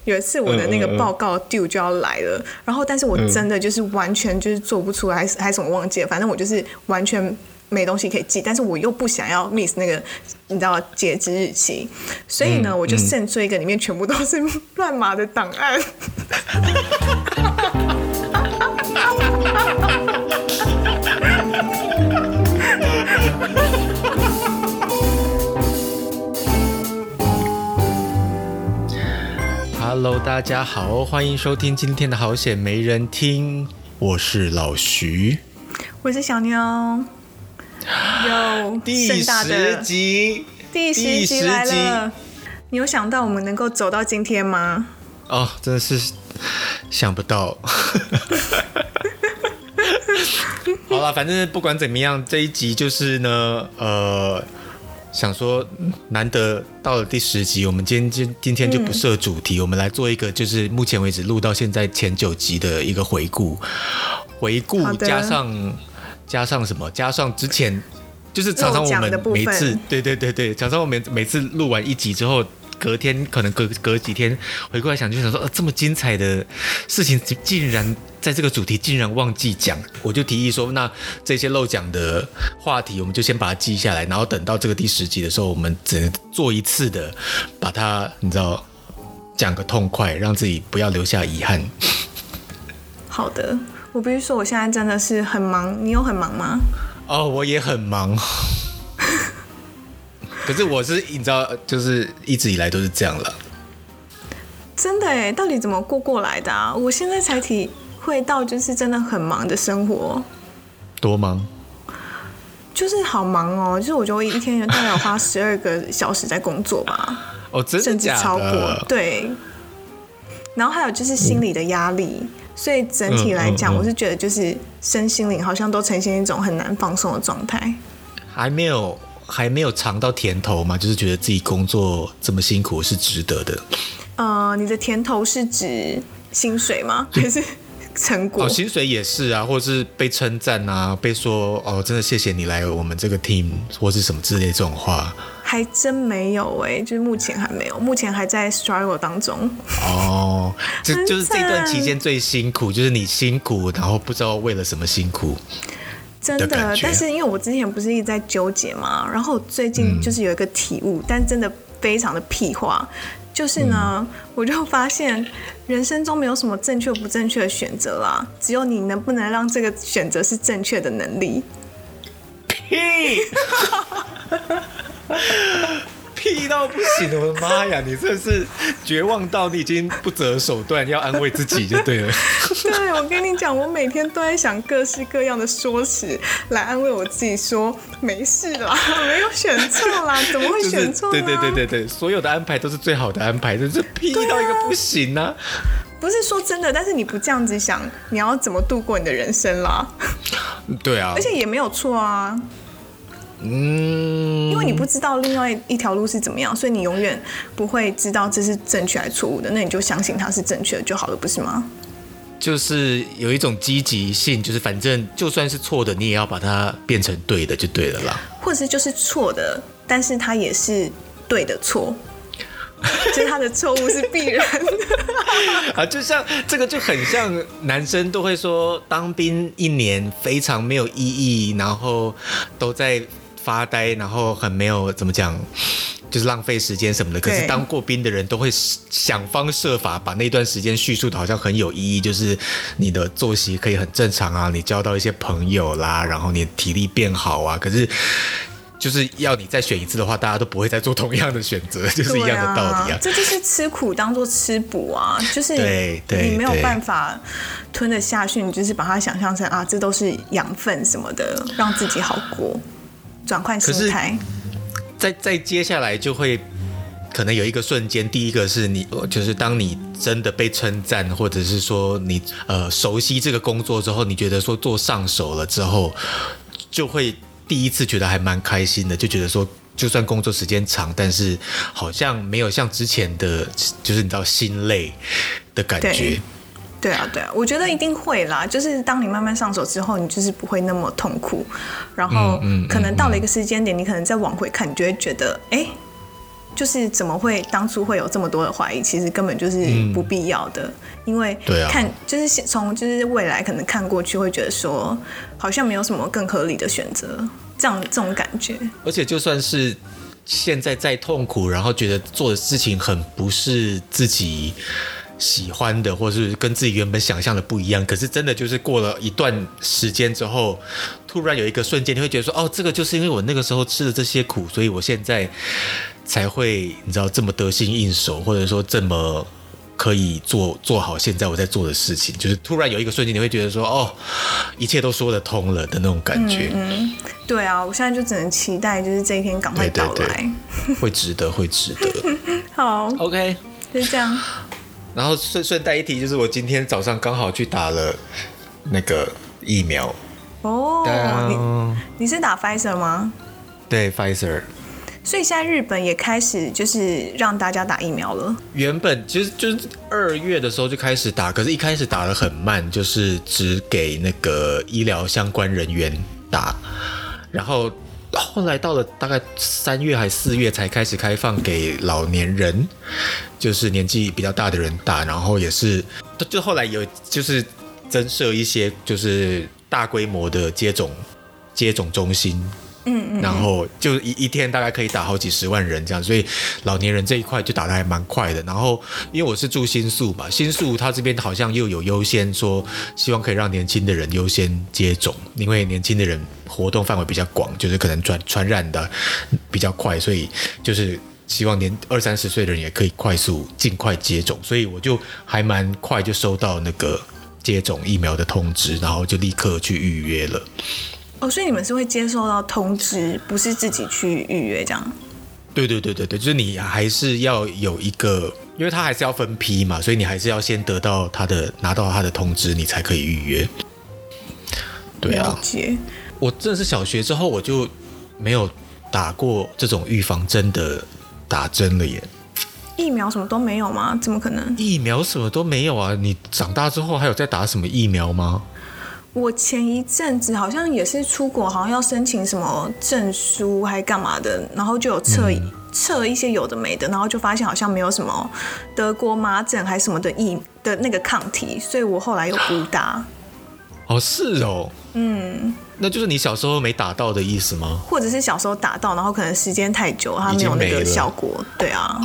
有一次我的那个报告 due 就要来了，然后但是我真的就是完全就是做不出来，还什么忘记了，反正我就是完全没东西可以记，但是我又不想要 miss 那个你知道截止日期，所以呢，我就剩出一个里面全部都是乱码的档案。 Hello， 大家好，欢迎收听今天的好险没人听，我是老徐， 我是小妞，有第10集， 第10集来了，你有想到我们能够走到今天吗？ 哦，真的是想不到。好啦，反正不管怎么样，这一集就是呢，想说难得到了第10集，我们今天就不设主题，我们来做一个就是目前为止录到现在前9集的一个回顾加上什么？加上之前就是常常我们每次对，常常我们每次录完1集之后，隔天可能隔几天回过来想，就想说，这么精彩的事情竟然在这个主题竟然忘记讲，我就提议说，那这些漏讲的话题，我们就先把它记下来，然后等到这个第10集的时候，我们只能做一次的，把它你知道讲个痛快，让自己不要留下遗憾。 好的，我必须说，我现在真的是很忙，你有很忙吗？ 哦，我也很忙。可是我是你知道，就是一直以来都是这样了。 真的耶，到底怎么过来的啊？我现在才体会到，就是真的很忙的生活。 多忙？就是好忙哦，就是我觉得我一天大概有花12个小时在工作吧。 哦，真的假的？甚至超过。 对。然后还有就是心理的压力，所以整体来讲，我是觉得就是身心灵好像都呈现一种很难放松的状态。 还没有尝到甜头嘛，就是觉得自己工作这么辛苦是值得的。 你的甜头是指薪水吗？还是成果？ 薪水也是啊，或者是被称赞啊，被说真的谢谢你来我们这个 team 或是什么之类的这种话。 还真没有就是目前还没有，目前还在 struggle 当中。 就是这段期间最辛苦，就是你辛苦，然后不知道为了什么辛苦。 真的，但是因为我之前不是一直在纠结嘛，然后最近就是有一个体悟，但真的非常的屁话，就是呢，我就发现人生中没有什么正确不正确的选择啦，只有你能不能让这个选择是正确的能力。 屁！屁到不行！我的妈呀，你真的是绝望到你已经不择手段要安慰自己就对了。 对，我跟你讲，我每天都在想各式各样的说辞来安慰我自己，说没事啦，没有选错啦，怎么会选错呢？ 对，所有的安排都是最好的安排，真是屁到一个不行啊！ 不是说真的，但是你不这样子想，你要怎么度过你的人生啦？ 对啊， 而且也没有错啊。因为你不知道另外一条路是怎么样，所以你永远不会知道这是正确还是错误的，那你就相信它是正确的就好了，不是吗？就是有一种积极性，就是反正就算是错的，你也要把它变成对的就对了啦。 或者是就是错的，但是它也是对的错。就是他的错误是必然的就像这个就很像男生都会说当兵1年非常没有意义，然后都在发呆，然后很没有怎么讲，就是浪费时间什么的。可是当过兵的人都会想方设法把那段时间叙述的好像很有意义，就是你的作息可以很正常啊，你交到一些朋友啦，然后你的体力变好啊。可是就是要你再选一次的话，大家都不会再做同样的选择，就是一样的道理啊。 这就是吃苦当做吃补啊，就是你没有办法吞得下去，你就是把它想象成这都是养分什么的，让自己好过，转换心态。 再接下来就会可能有一个瞬间，第一个是你就是当你真的被称赞，或者是说你熟悉这个工作之后，你觉得说做上手了之后，就会第一次觉得还蛮开心的，就觉得说就算工作时间长，但是好像没有像之前的就是你知道心累的感觉。 对啊，我觉得一定会啦，就是当你慢慢上手之后，你就是不会那么痛苦，然后可能到了一个时间点，你可能再往回看，你就会觉得就是怎么会当初会有这么多的怀疑，其实根本就是不必要的，因为看就是从就是未来可能看过去会觉得说好像没有什么更合理的选择，这种感觉。 而且就算是现在再痛苦，然后觉得做的事情很不是自己喜欢的，或是跟自己原本想象的不一样，可是真的就是过了一段时间之后，突然有一个瞬间你会觉得说，哦，这个就是因为我那个时候吃了这些苦，所以我现在才会你知道这么得心应手，或者说这么可以做好现在我在做的事情，就是突然有一个瞬间你会觉得说，哦，一切都说得通了的那种感觉。 对啊，我现在就只能期待就是这一天赶快到来。 对，会值得好 OK 就是这样。 然后顺带一提，就是我今天早上刚好去打了那个疫苗。 你是打 Pfizer 吗？ 对 Pfizer。 所以现在日本也开始就是让大家打疫苗了。 原本就是2月的时候就开始打，可是一开始打得很慢，就是只给那个医疗相关人员打，然后后来到了大概3月还4月才开始开放给老年人，就是年纪比较大的人打，然后也是就后来有就是增设一些就是大规模的接种中心。然后就一天大概可以打好几十万人这样，所以老年人这一块就打得还蛮快的。然后因为我是住新宿嘛，新宿它这边好像又有优先说，希望可以让年轻的人优先接种，因为年轻的人活动范围比较广，就是可能传染的比较快，所以就是希望年20-30岁的人也可以尽快接种，所以我就还蛮快就收到那个接种疫苗的通知，然后就立刻去预约了。 所以你们是会接收到通知，不是自己去预约这样？ 对，就是你还是要有一个，因为他还是要分批嘛，所以你还是要先拿到他的通知，你才可以预约。对啊， 了解。 我真的是小学之后我就没有打过这种预防针的打针了耶。 疫苗什么都没有吗？怎么可能？ 疫苗什么都没有啊！你长大之后还有在打什么疫苗吗？ 我前一阵子好像也是出国，好像要申请什么证书还干嘛的，然后就有测一些有的没的，然后就发现好像没有什么德国麻疹还什么的那个抗体，所以我后来有补打。 是哦。那就是你小时候没打到的意思吗？ 或者是小时候打到，然后可能时间太久，它没有那个效果。对啊。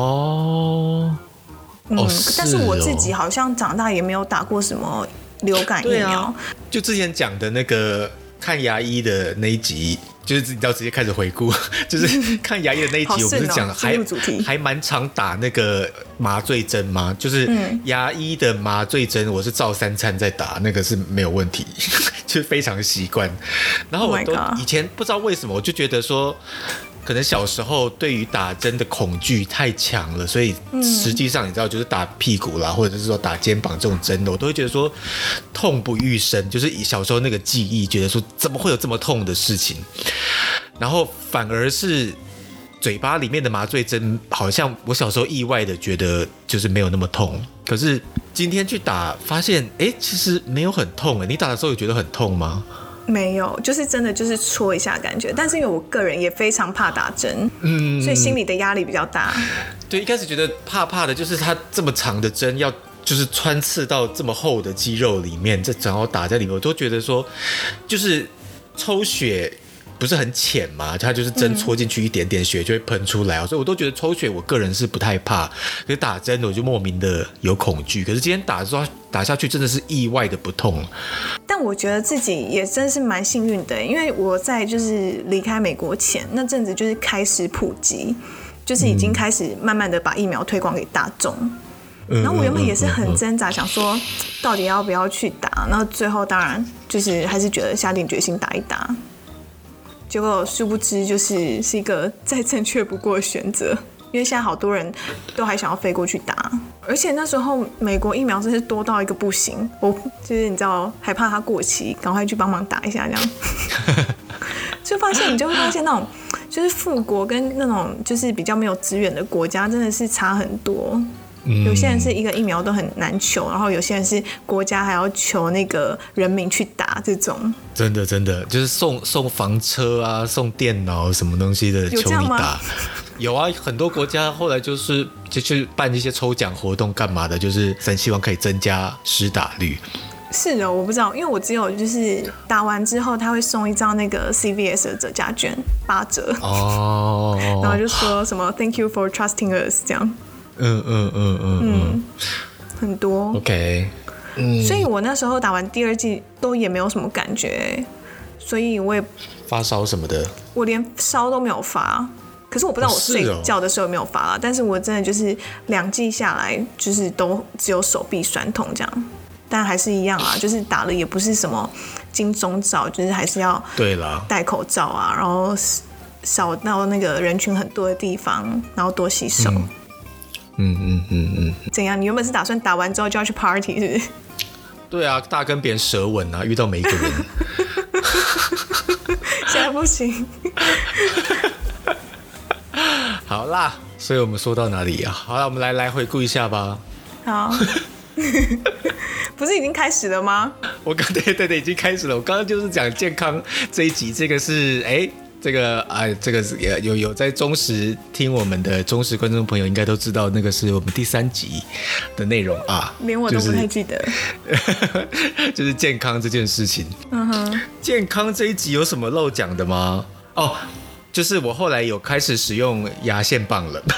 但是我自己好像长大也没有打过什么流感疫苗。 就之前讲的那个看牙医的那一集，就是你要直接开始回顾，就是看牙医的那一集，我不是讲还蛮常打那个麻醉针吗？就是牙医的麻醉针，我是照3餐在打，那个是没有问题，就是非常习惯。然后我都以前不知道为什么，我就觉得说，可能小时候对于打针的恐惧太强了，所以实际上你知道，就是打屁股啦，或者是说打肩膀这种针的，我都会觉得说痛不欲生，就是以小时候那个记忆，觉得说怎么会有这么痛的事情，然后反而是嘴巴里面的麻醉针，好像我小时候意外的觉得就是没有那么痛，可是今天去打发现，其实没有很痛。你打的时候有觉得很痛吗？ 没有，就是真的就是戳一下感觉，但是因为我个人也非常怕打针，所以心里的压力比较大。 对，一开始觉得怕的就是它这么长的针要就是穿刺到这么厚的肌肉里面，然后打在里面，我都觉得说就是抽血不是很浅嘛，它就是针戳进去一点点血就会喷出来，所以我都觉得抽血我个人是不太怕，可是打针我就莫名的有恐惧。可是今天打的时候打下去真的是意外的不痛。 但我觉得自己也真是蛮幸运的，因为我在就是离开美国前那阵子就是开始普及，就是已经开始慢慢的把疫苗推广给大众。然后我原本也是很挣扎，想说到底要不要去打，然后最后当然就是还是觉得下定决心打一打。结果殊不知是一个再正确不过的选择，因为现在好多人都还想要飞过去打，而且那时候美国疫苗真是多到一个不行，我就是你知道还怕它过期，赶快去帮忙打一下这样。你就会发现那种就是富国跟那种就是比较没有资源的国家真的是差很多。有些人是一个疫苗都很难求，然后有些人是国家还要求那个人民去打这种。 真的就是送房车啊，送电脑什么东西的，求你打。 有啊，很多国家后来就去办一些抽奖活动干嘛的，就是希望可以增加施打率。 是的，我不知道，因为我只有就是打完之后，他会送一张那个 CVS 的折价券8折哦，然后就说什么 Thank you for trusting us 这样。很多 OK。 所以我那时候打完第2剂都也没有什么感觉，所以我也发烧什么的， 我连烧都没有发。可是我不知道我睡觉的时候有没有发啦，但是我真的就是2剂下来，就是都只有手臂酸痛这样。但还是一样啊，就是打了也不是什么金钟罩，就是还是要戴口罩啊，然后少到那个人群很多的地方，然后多洗手。怎样？你原本是打算打完之后就要去 party 是不是？ 对啊，大跟别人舌吻啊，遇到每一个人。 现在不行。 好啦，所以我们说到哪里啊？好了，我们来回顾一下吧。好。 不是已经开始了吗？ 对，已经开始了。我刚刚就是讲健康这一集，这个是这个有在忠实听我们的忠实观众朋友应该都知道，那个是我们第3集的内容啊。 连我都不太记得。 就是健康这件事情。健康这一集有什么漏讲的吗？哦，就是我后来有开始使用牙线棒了。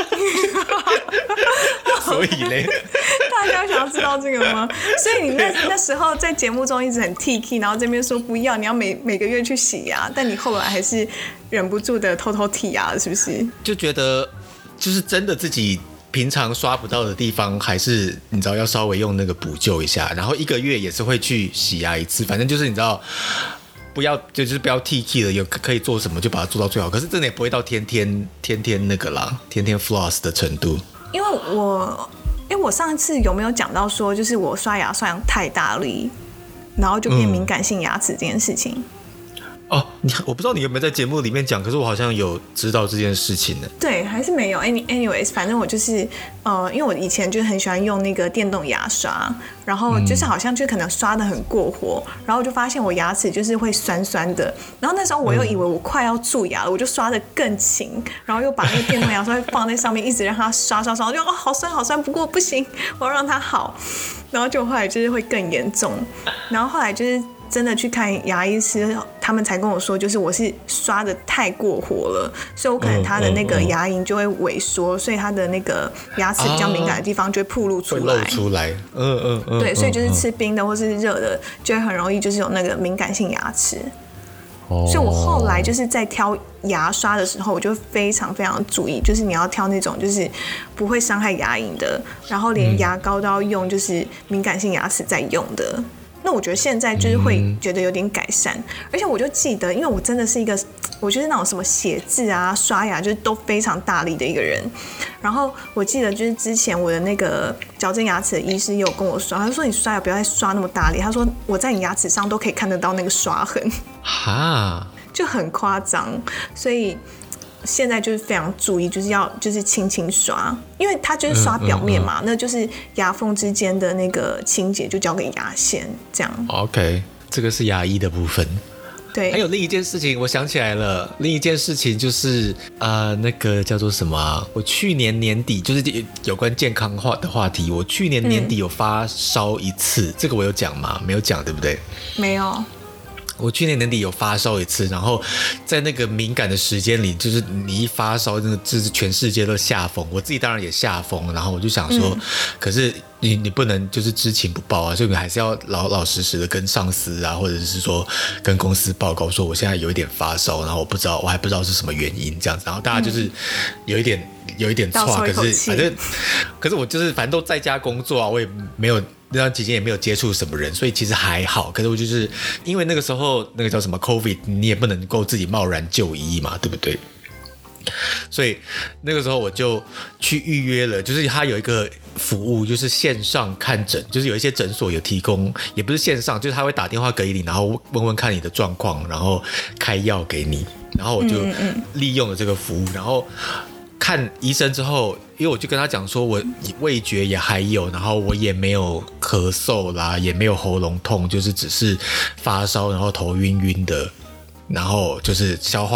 所以呢， 大家想要知道这个吗？所以你那时候在节目中一直很 T， 然后这边说不要，你要每个月去洗牙，但你后来还是忍不住的偷偷剔牙了，是不是？ 就觉得就是真的自己平常刷不到的地方，还是你知道要稍微用那个补救一下，然后1个月也是会去洗牙1次，反正就是你知道。就是不要 T 了，有可以做什么就把它做到最好。可是真的也不会到天天那个啦，天天 floss 的程度。 因为我上一次有没有讲到说，就是我刷牙刷太大力，然后就变敏感性牙齿这件事情。 哦，我不知道你有没有在节目里面讲，可是我好像有知道这件事情呢。 对，还是没有。anyways， 反正我就是因为我以前就很喜欢用那个电动牙刷，然后就是好像就可能刷得很过火，然后我就发现我牙齿就是会酸酸的，然后那时候我又以为我快要蛀牙了，我就刷得更勤，然后又把那个电动牙刷放在上面，一直让它刷，我就好酸好酸，不过不行，我要让它好，然后就后来就是会更严重，然后后来就是真的去看牙医师，他们才跟我说，就是我是刷的太过火了，所以我可能他的那个牙龈就会萎缩，所以他的那个牙齿比较敏感的地方就会暴露出来。 会露出来， 对，所以就是吃冰的或是热的，就会很容易就是有那个敏感性牙齿。所以我后来就是在挑牙刷的时候，我就非常非常注意，就是你要挑那种就是不会伤害牙龈的，然后连牙膏都要用就是敏感性牙齿在用的。那我觉得现在就是会觉得有点改善，而且我就记得，因为我真的是一个，我就是那种什么写字啊、刷牙就是都非常大力的一个人。然后我记得就是之前我的那个矫正牙齿的医师也有跟我说，他说你刷牙不要再刷那么大力，他说我在你牙齿上都可以看得到那个刷痕，就很夸张，所以。现在就是非常注意，就是要就是轻轻刷，因为它就是刷表面嘛，那就是牙缝之间的那个清洁就交给牙线这样。 OK， 这个是牙医的部分。 对， 还有另一件事情，我想起来了，另一件事情就是那个叫做什么啊？我去年年底就是有关健康的话题，我去年年底有发烧1次，这个我有讲吗？没有讲，对不对？ 没有。 我去年年底有发烧1次，然后在那个敏感的时间里，就是你一发烧，真的就是全世界都下风，我自己当然也下风，然后我就想说，可是你不能就是知情不报啊，所以你还是要老老实实的跟上司啊，或者是说跟公司报告说我现在有一点发烧，然后我还不知道是什么原因这样子，然后大家就是有一点错，可是我就是反正都在家工作啊，我也没有。那段期间也没有接触什么人，所以其实还好。可是我就是因为那个时候那个叫什么 COVID， 你也不能够自己贸然就医嘛，对不对？所以那个时候我就去预约了，就是他有一个服务，就是线上看诊，就是有一些诊所有提供，也不是线上，就是他会打电话给你，然后问问看你的状况，然后开药给你，然后我就利用了这个服务，然后看医生之后，因为我就跟他讲说，我味觉也还有，然后我也没有咳嗽啦，也没有喉咙痛，就是只是发烧，然后头晕晕的，然后就是消化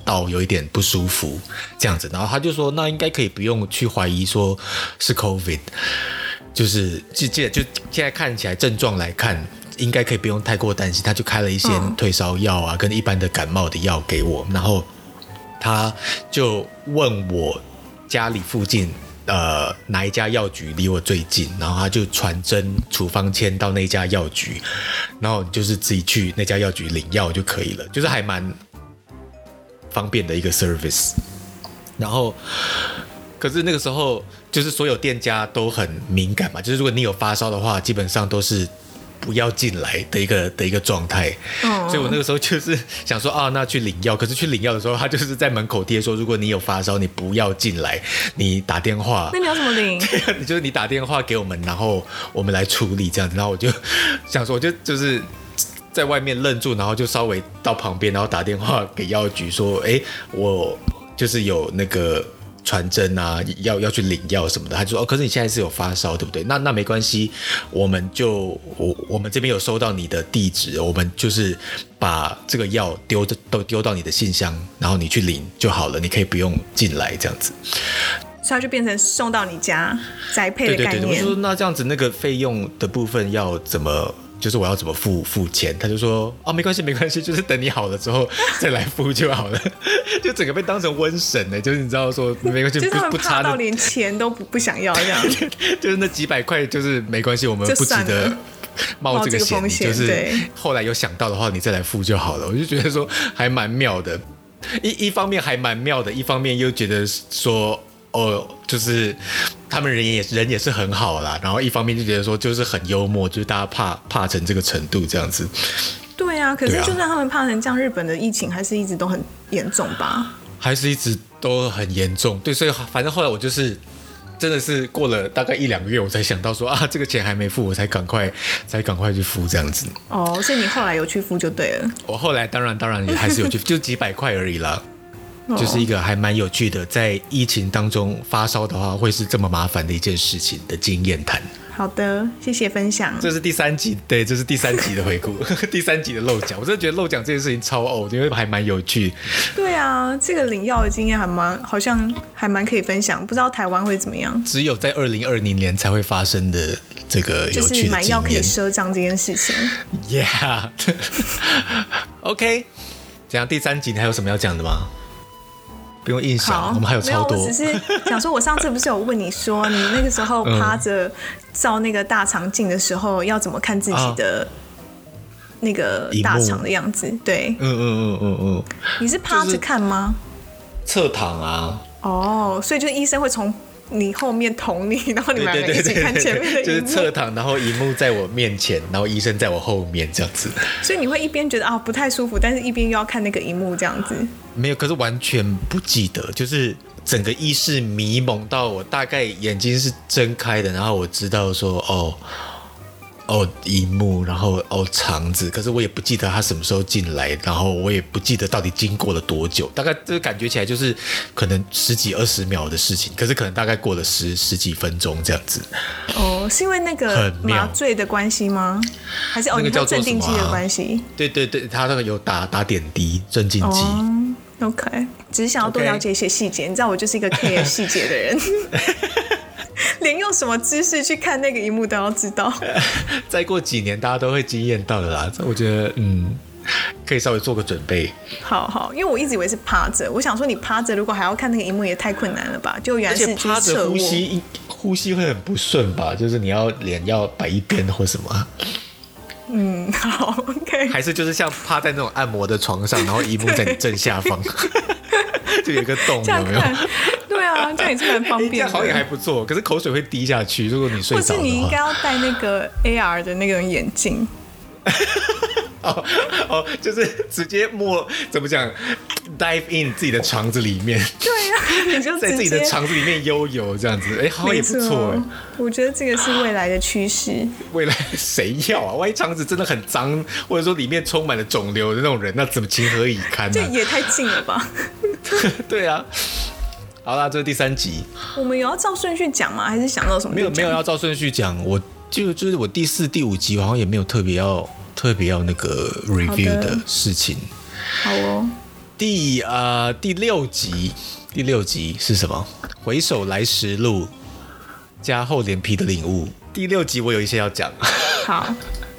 到有一点不舒服这样子，然后他就说那应该可以不用去怀疑说是 COVID， 就是就现在看起来症状来看应该可以不用太过担心，他就开了一些退烧药啊跟一般的感冒的药给我，然后他就问我家里附近哪一家药局离我最近，然后他就传真处方签到那家药局，然后你就是自己去那家药局领药就可以了，就是还蛮方便的一个 service。然后可是那个时候就是所有店家都很敏感嘛，就是如果你有发烧的话基本上都是不要进来的一个状态，所以我那个时候就是想说啊，那去领药。可是去领药的时候，他就是在门口贴说，如果你有发烧，你不要进来，你打电话。 那你要怎么领？ 就是你打电话给我们，然后我们来处理这样子。然后我就想说，就是在外面愣住，然后就稍微到旁边，然后打电话给药局说，我就是有那个传真啊，要去领药什么的，他就说可是你现在是有发烧，对不对？那没关系，我们这边有收到你的地址，我们就是把这个药丢到你的信箱，然后你去领就好了，你可以不用进来这样子。 所以它就变成送到你家宅配的概念。 对，我就说那这样子那个费用的部分要怎么？就是我要怎么付钱，他就说没关系，就是等你好了之后再来付就好了，就整个被当成瘟神呢，就是你知道说没关系， 就是他们怕到连钱都不想要这样， 就是那几百块就是没关系，我们不值得冒这个险，就是后来有想到的话你再来付就好了，我就觉得说还蛮妙的，一方面还蛮妙的，一方面又觉得说就是他们人也是很好啦，然后一方面就觉得说就是很幽默，就是大家怕成这个程度这样子。 对啊，可是就算他们怕成这样，日本的疫情还是一直都很严重吧？ 还是一直都很严重。对，所以反正后来我就是真的是过了大概1-2个月，我才想到说这个钱还没付，我才赶快去付这样子。 所以你后来有去付就对了。 我后来当然也还是有去，就几百块而已啦。就是一个还蛮有趣的，在疫情当中发烧的话会是这么麻烦的一件事情的经验谈。 好的，谢谢分享。 这是第3集，对，这是第3集的回顾，第3集的漏讲，我真的觉得漏讲这件事情超因为还蛮有趣。 对啊，这个领药的经验好像还蛮可以分享，不知道台湾会怎么样。 只有在2020年才会发生的这个有趣的经验， 就是买药可以赊账这件事情。 Yeah 。OK， 怎样？第3集你还有什么要讲的吗？不用硬想，我们还有超多。 没有，我只是想说，我上次不是有问你说，你那个时候趴着照那个大肠镜的时候，要怎么看自己的那个大肠的样子？对，你是趴着看吗？ 侧躺啊。 所以就医生会从你后面捅你，然后你们两个一起看前面的就是侧躺，然后荧幕在我面前，然后医生在我后面这样子。 所以你会一边觉得不太舒服，但是一边又要看那个荧幕这样子。 没有，可是完全不记得，就是整个意识迷蒙到我大概眼睛是睁开的，然后我知道说荧幕，然后肠子，可是我也不记得他什么时候进来，然后我也不记得到底经过了多久，大概这个感觉起来就是可能10几20秒的事情，可是可能大概过了十几分钟这样子。 是因为那个麻醉的关系吗？还是你看镇定剂的关系？ 对，他那个有打点滴镇静剂。 OK， 只是想要多了解一些细节，你知道我就是一个 care 细节的人。连用什么姿势去看那个荧幕都要知道。 再过几年大家都会经验到的啦，我觉得可以稍微做个准备。 好，因为我一直以为是趴着，我想说你趴着如果还要看那个荧幕也太困难了吧，就原来是趴着呼吸会很不顺吧，就是你要脸要摆一边或什么。 好 OK， 还是就是像趴在那种按摩的床上，然后荧幕在你正下方就有一个洞，有没有？ 对啊，这样也是蛮方便的。 这样好像也还不错，可是口水会滴下去，如果你睡着的话。 或是你应该要戴那个 AR 的那种眼镜。 就是直接怎么讲 dive in 自己的肠子里面。 对啊，你就在自己的肠子里面悠游这样子，好像也不错。 我觉得这个是未来的趋势。 未来谁要啊？万一肠子真的很脏，或者说里面充满了肿瘤的那种人，那怎么情何以堪呢？ 这也太近了吧？ 对啊。好啦，这是第3集。 我们有要照顺序讲吗？还是想到什么？ 没有要照顺序讲。我就是我第4、第5集，我好像也没有特别要那个 review 的事情。 好哦。 第6集，第6集是什么？回首来时路，加厚脸皮的领悟。第6集我有一些要讲。 好。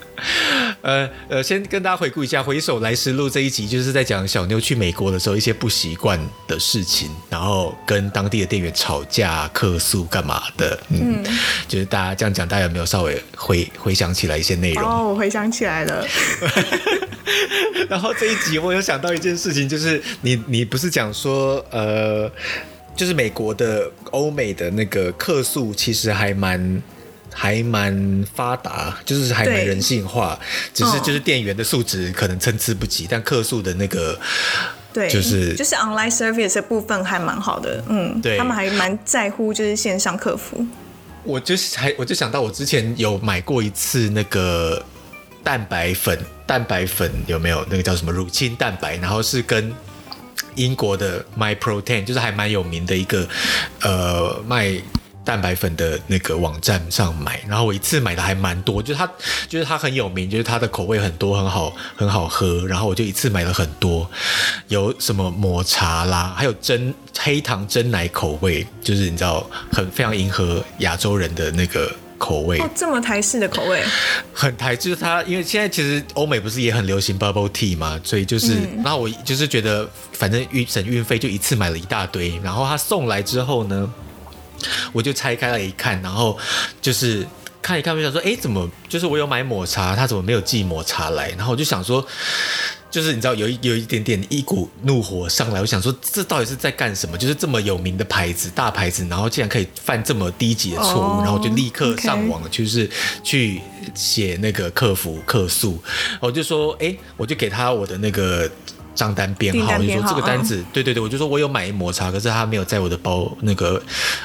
先跟大家回顾一下《回首来时路》这一集，就是在讲小妞去美国的时候一些不习惯的事情，然后跟当地的店员吵架、客诉干嘛的。就是大家这样讲，大家有没有稍微回想起来一些内容？ 哦，我回想起来了。 然后这一集我有想到一件事情，就是你不是讲说就是美国的欧美的那个客诉其实还蛮发达，就是还蛮人性化，只是就是店员的素质可能参差不齐，但客诉的那个对，就是 online service 的部分还蛮好的，对，他们还蛮在乎就是线上客服。我就想到我之前有买过一次那个蛋白粉有没有那个叫什么乳清蛋白，然后是跟英国的 MyProtein 就是还蛮有名的一个卖蛋白粉的那个网站上买，然后我一次买的还蛮多，就是它很有名，就是它的口味很多，很好喝，然后我就一次买了很多，有什么抹茶啦，还有黑糖珍奶口味，就是你知道非常迎合亚洲人的那个口味。 哦，这么台式的口味， 很台，就是它，因为现在其实欧美不是也很流行 bubble tea 嘛，所以就是，然后我就是觉得反正省运费，就一次买了一大堆，然后它送来之后呢，我就拆开来一看，然后就是看一看，我想说，怎么就是我有买抹茶，他怎么没有寄抹茶来？然后我就想说，就是你知道有一点点一股怒火上来，我想说这到底是在干什么？就是这么有名的牌子，大牌子，然后竟然可以犯这么低级的错误，然后我就立刻上网，就是去写那个客诉，我就说，我就给他我的那个账单编号，我就说这个单子，对，我就说我有买抹茶，可是他没有在我的那个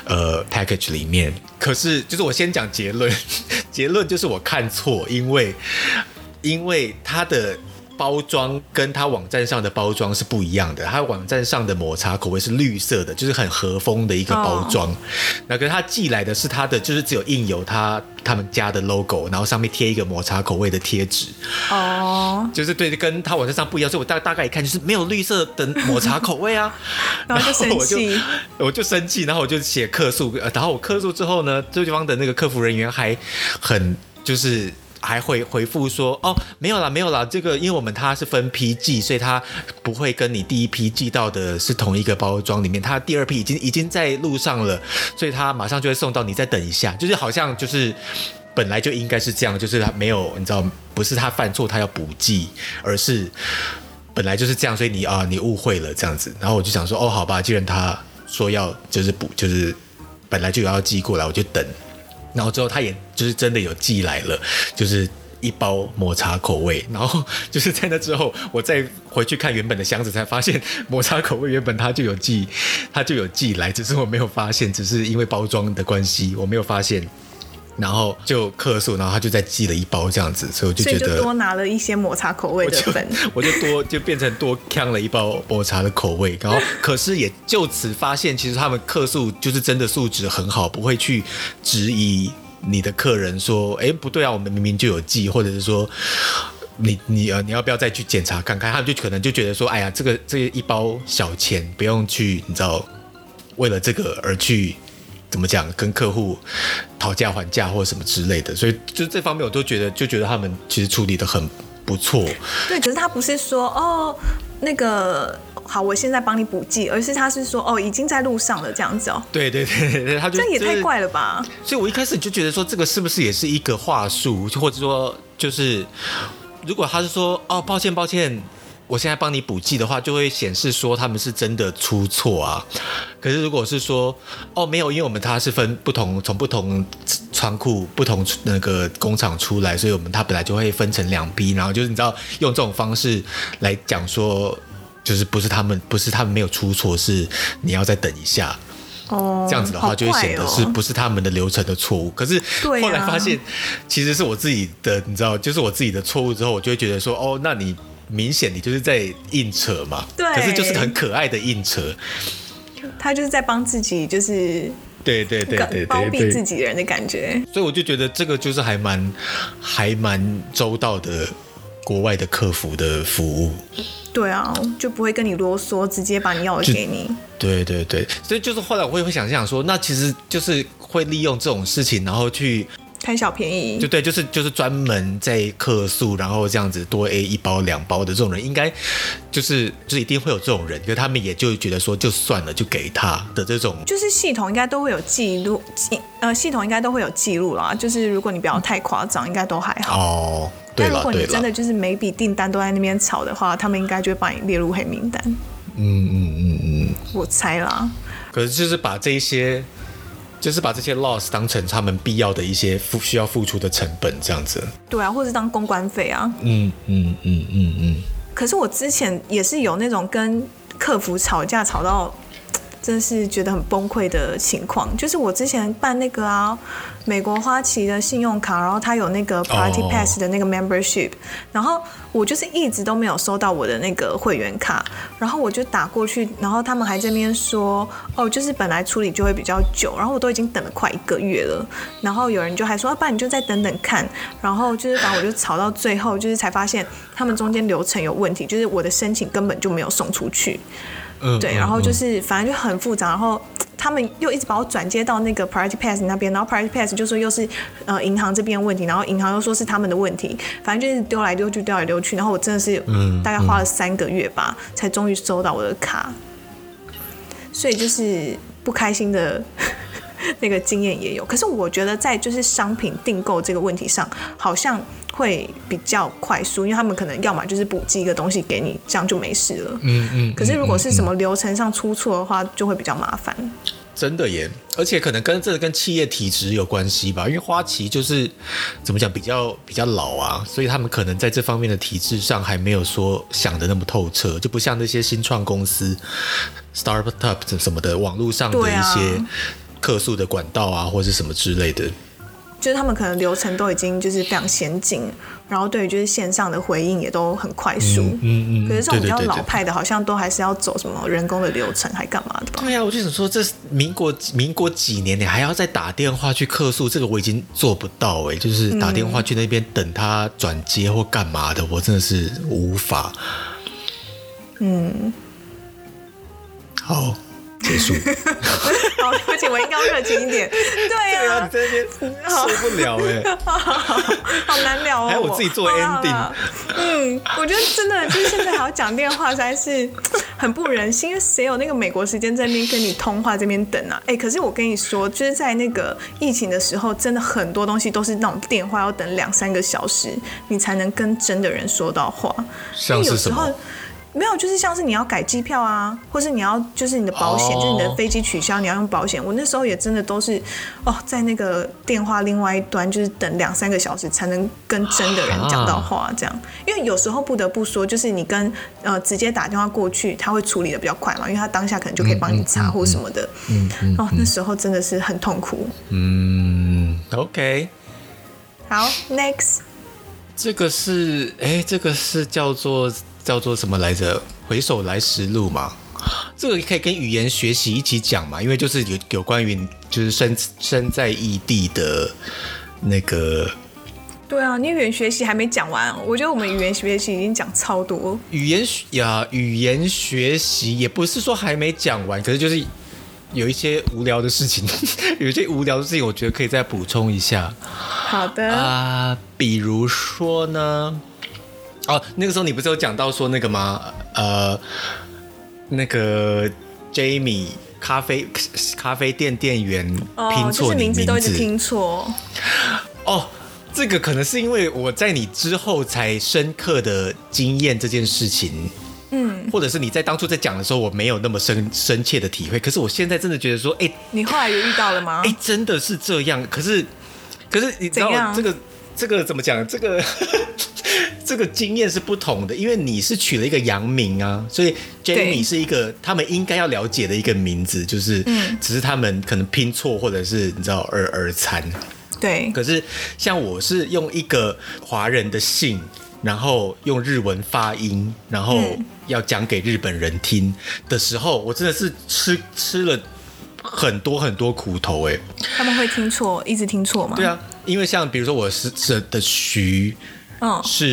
package 里面。可是就是我先讲结论，结论就是我看错，因为他的包装跟他网站上的包装是不一样的，他网站上的抹茶口味是绿色的，就是很和风的一个包装，那可是他寄来的是他的，就是只有印有他们家的 logo， 然后上面贴一个抹茶口味的贴纸，就是对，跟他网站上不一样，所以我大概一看就是没有绿色的抹茶口味啊， 然后就生气， 我就生气，然后我就写客诉，然后我客诉之后呢，对方的那个客服人员还很就是还回复说，没有啦，这个因为我们它是分批寄，所以它不会跟你第一批寄到的是同一个包装里面，它第二批已经在路上了，所以它马上就会送到，你再等一下，就是好像就是本来就应该是这样，就是他没有，你知道，不是他犯错他要补寄，而是本来就是这样，所以你误会了这样子。然后我就想说，好吧，既然他说要就是补，就是本来就要寄过来，我就等。然后之后他也就是真的有寄来了，就是一包抹茶口味，然后就是在那之后，我再回去看原本的箱子，才发现抹茶口味原本他就有寄来，只是我没有发现，只是因为包装的关系我没有发现。然后就客诉，然后他就再寄了一包这样子，所以我就觉得， 所以就多拿了一些抹茶口味的粉， 我就变成多呛了一包抹茶的口味。然后可是也就此发现，其实他们客诉就是真的素质很好，不会去质疑你的客人说，不对啊，我们明明就有寄，或者是说你要不要再去检查看看？他们就可能就觉得说，哎呀，这一包小钱不用去，你知道，为了这个而去。怎么讲？跟客户讨价还价或者什么之类的，所以就这方面我都觉得他们其实处理得很不错。 对，可是他不是说那个好，我现在帮你补寄，而是他是说已经在路上了这样子哦。 对，他就这也太怪了吧！ 所以我一开始就觉得说，这个是不是也是一个话术，或者说就是如果他是说抱歉。我现在帮你补寄的话，就会显示说他们是真的出错啊。可是如果是说没有，因为我们它是分从不同仓库、不同那个工厂出来，所以它本来就会分成2批，然后就是你知道用这种方式来讲说，就是不是他们没有出错，是你要再等一下。这样子的话就会显得是不是他们的流程的错误。可是后来发现其实是我自己的，你知道，就是我自己的错误之后，我就会觉得说那你明显你就是在硬扯嘛。 对， 可是就是很可爱的硬扯， 他就是在帮自己，就是对包庇自己人的感觉。 所以我就觉得这个就是还蛮周到的国外的客服的服务。 对啊，就不会跟你啰嗦，直接把你要的给你。 对对对，所以就是后来我会想说，那其实就是会利用这种事情，然后去贪小便宜。 就对，就是专门在客诉，然后这样子多 A 1包2包的这种人，应该就是一定会有这种人，可是他们也就觉得说就算了，就给他的这种， 就是系统应该都会有记录，系统应该都会有记录啦。就是如果你不要太夸张，应该都还好。 哦。 但如果你真的就是每笔订单都在那边吵的话，他们应该就会把你列入黑名单。我猜啦。 可是就是把这些 loss 当成他们必要的一些需要付出的成本，这样子。 对啊，或者当公关费啊。可是我之前也是有那种跟客服吵架吵到真是觉得很崩溃的情况，就是我之前办那个美国花旗的信用卡，然后它有那个 Priority Pass 的那个 membership，然后我就是一直都没有收到我的那个会员卡，然后我就打过去，然后他们还在那边说，就是本来处理就会比较久，然后我都已经等了快1个月了，然后有人就还说，不然你就再等等看，然后就是反正我就吵到最后，就是才发现他们中间流程有问题，就是我的申请根本就没有送出去。对，然后就是反正就很复杂，然后他们又一直把我转接到那个 Priority Pass 那边，然后 Priority Pass 就说又是银行这边问题，然后银行又说是他们的问题，反正就是丢来丢去，然后我真的是大概花了3个月吧，才终于收到我的卡，所以就是不开心的那个经验也有。可是我觉得在就是商品订购这个问题上，好像会比较快速，因为他们可能要么就是补寄一个东西给你，这样就没事了。可是如果是什么流程上出错的话，就会比较麻烦。 真的耶，而且可能这跟企业体质有关系吧，因为花旗就是怎么讲比较老啊，所以他们可能在这方面的体制上还没有说想的那么透彻，就不像那些新创公司 startup 什么的，网络上的一些客诉的管道啊，或是什么之类的。 就是他们可能流程都已经就是非常先进，然后对于就是线上的回应也都很快速。可是这种比较老派的，好像都还是要走什么人工的流程，还干嘛的吧？ 对啊，我就想说，这民国几年，你还要再打电话去客诉，这个我已经做不到哎，就是打电话去那边等他转接或干嘛的，我真的是无法。好。结束。 好，对不起，我应该要热情一点。对啊， 你在那边受不了哎， 好难聊哦。 还有我自己做 ending。 我觉得真的就是现在还要讲电话，实在是很不忍心，因为谁有那个美国时间在那边跟你通话这边等啊？可是我跟你说，就是在那个疫情的时候，真的很多东西都是那种电话要等2-3个小时，你才能跟真的人说到话。 像是什么？ 没有，就是像是你要改机票啊，或是你要就是你的保险，就是你的飞机取消，你要用保险。我那时候也真的都是在那个电话另外一端，就是等2-3个小时才能跟真的人讲到话，这样。因为有时候不得不说，就是你跟直接打电话过去，他会处理的比较快嘛，因为他当下可能就可以帮你查或什么的。那时候真的是很痛苦。 OK。 好 ，Next。 这个是叫做什么来着？回首来时路嘛，这个可以跟语言学习一起讲嘛，因为就是有关于就是身在异地的那个。 对啊，你语言学习还没讲完，我觉得我们语言学习已经讲超多。 语言学习也不是说还没讲完，可是就是有一些无聊的事情，我觉得可以再补充一下。 好的。 比如说呢？那个时候你不是有讲到说那个吗？那个 Jamie 咖啡店店员拼错你名字， 就是名字都一直拼错。 这个可能是因为我在你之后才深刻的经验这件事情，或者是你在当初在讲的时候我没有那么深切的体会，可是我现在真的觉得说， 你后来有遇到了吗？ 真的是这样，可是你知道这个怎么讲？这个经验是不同的，因为你是取了一个洋名啊，所以 Jamie 是一个他们应该要了解的一个名字，就是只是他们可能拼错或者是你知道耳残。 对。 可是像我是用一个华人的姓，然后用日文发音，然后要讲给日本人听的时候，我真的是吃了很多很多苦头哎。 他们会听错，一直听错吗？ 对啊，因为像比如说我是的徐。是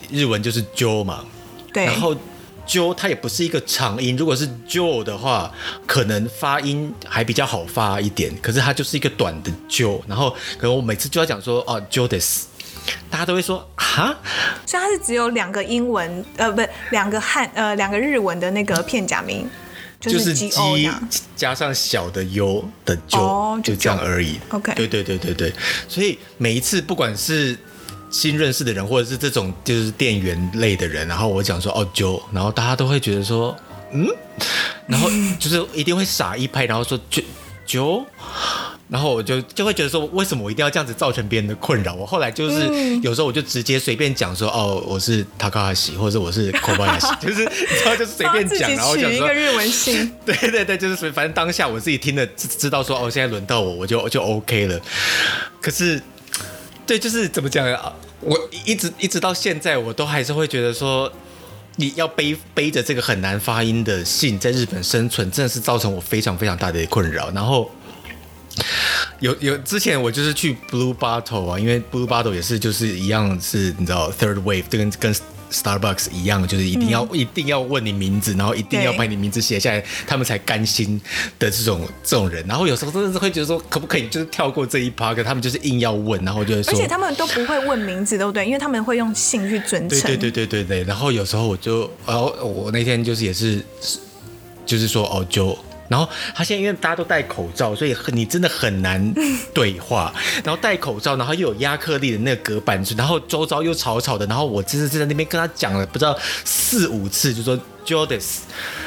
日文就是 Jo 嘛， 对， 然后 Jo 它也不是一个长音，如果是 Jo 的话，可能发音还比较好发一点，可是它就是一个短的 Jo， 然后可能我每次就要讲说哦 Jo des， 大家都会说哈， 所以它是只有2个英文，不是2个日文的那个片假名。 就是鸡加上小的 U 的 Jo， 就这样而已。 OK， 对，所以每一次不管是新认识的人，或者是这种就是店员类的人，然后我讲说哦 Jo， 然后大家都会觉得说然后就是一定会傻一拍，然后说Jo。然后我就会觉得说，为什么我一定要这样子造成别人的困扰？我后来就是有时候我就直接随便讲说，哦，我是 Takahashi， 或者我是 Kobayashi， 就是你知道，就是随便讲，然后讲说取一个日文姓。 对，就是反正当下我自己听了知道说，哦，现在轮到我就 OK 了。可是，对，就是怎么讲啊？我一直到现在，我都还是会觉得说，你要背着这个很难发音的姓在日本生存，真的是造成我非常非常大的困扰。然后。有之前我就是去 Blue Bottle 啊，因为 Blue Bottle 也是就是一样是你知道 Third Wave， 这跟 Starbucks 一样，就是一定要问你名字，然后一定要把你名字写下来，他们才甘心的这种人。然后有时候真的是会觉得说，可不可以就是跳过这一趴？可他们就是硬要问，然后就会说， 而且他们都不会问名字，对不对？因为他们会用姓去尊称。 对。然后有时候我那天就是也是就是说哦就。然后他现在因为大家都戴口罩，所以你真的很难对话。然后戴口罩，然后又有亚克力的那个隔板，然后周遭又吵吵的。然后我真的是在那边跟他讲了不知道4-5次，就说 Jodes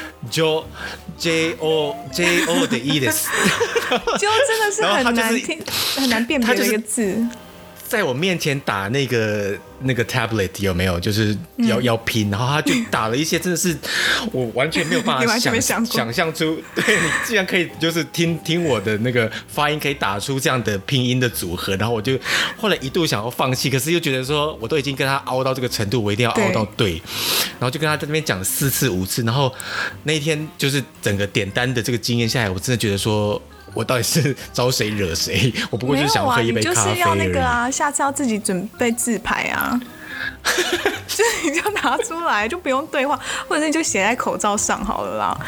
Jo J O 的 E 的 Jo 真的是很难听，很难辨别的一个字。 在我面前打那个 tablet 有没有？就是要拼，然后他就打了一些，真的是我完全没有办法想象出。对，你既然可以就是听我的那个发音，可以打出这样的拼音的组合，然后我就后来一度想要放弃，可是又觉得说我都已经跟他凹到这个程度，我一定要凹到对，然后就跟他在那边讲4次5次，然后那一天就是整个点单的这个经验下来，我真的觉得说。我到底是招谁惹谁？我不过就是想喝一杯咖啡而已。 你就是要那个啊，下次要自己准备自拍啊，就是你就拿出来，就不用对话，或者是你就写在口罩上好了啦。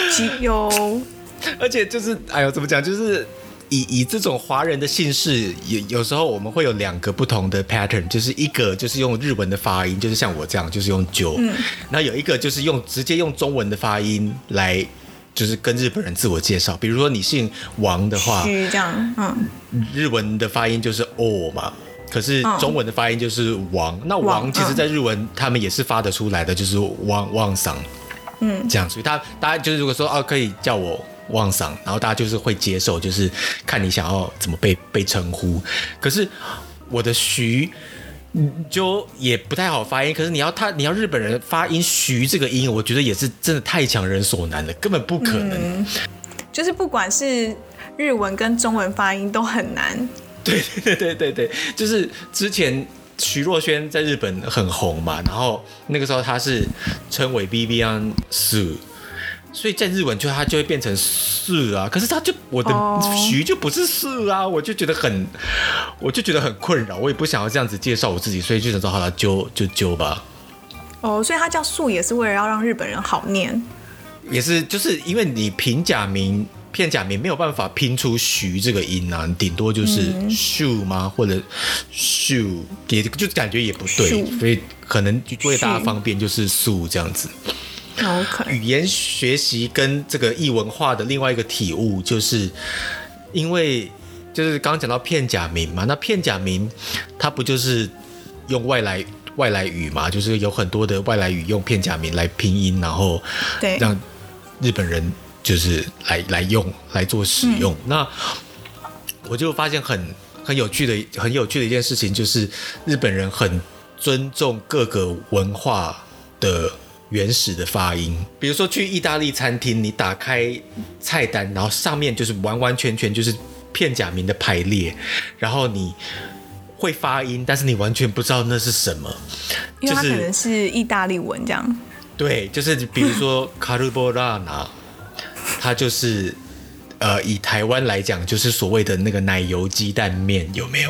而且就是哎呦，怎么讲？就是以这种华人的姓氏，有时候我们会有2个不同的 pattern， 就是一个就是用日文的发音，就是像我这样，就是用Jo，然后有一个就是直接用中文的发音来。就是跟日本人自我介绍，比如说你姓王的话， 这样， 日文的发音就是 O 嘛，可是中文的发音就是王。那王其实在日文他们也是发得出来的，就是汪桑，这样，所以大家就是如果说可以叫我汪桑，然后大家就是会接受，就是看你想要怎么被称呼。可是我的徐。就也不太好发音，可是你要日本人发音徐这个音，我觉得也是真的太强人所难了，根本不可能。 就是不管是日文跟中文发音都很难。 对，就是之前徐若瑄在日本很红嘛，然后那个时候她是称为 Vivian Su。所以在日文它就会变成是啊，可是我的徐就不是是啊，我就觉得很困扰，我也不想要这样子介绍我自己，所以就想说好了，就吧。 所以它叫素也是为了要让日本人好念， 也是就是因为你平假名片假名没有办法拼出徐这个音啊，顶多就是树吗？或者树，也就感觉也不对，所以可能为大家方便就是素这样子。 Okay. 语言学习跟这个异文化的另外一个体悟，就是因为就是刚刚讲到片假名嘛，那片假名它不就是用外来语嘛，就是有很多的外来语用片假名来拼音，然后让日本人就是来做使用。那我就发现很有趣的一件事情，就是日本人很尊重各个文化的原始的发音。比如说去意大利餐厅，你打开菜单，然后上面就是完完全全就是片假名的排列，然后你会发音，但是你完全不知道那是什么， 因为它可能是意大利文这样。 对，就是比如说卡鲁波拉纳，它就是以台湾来讲，就是所谓的那个奶油鸡蛋面，有没有？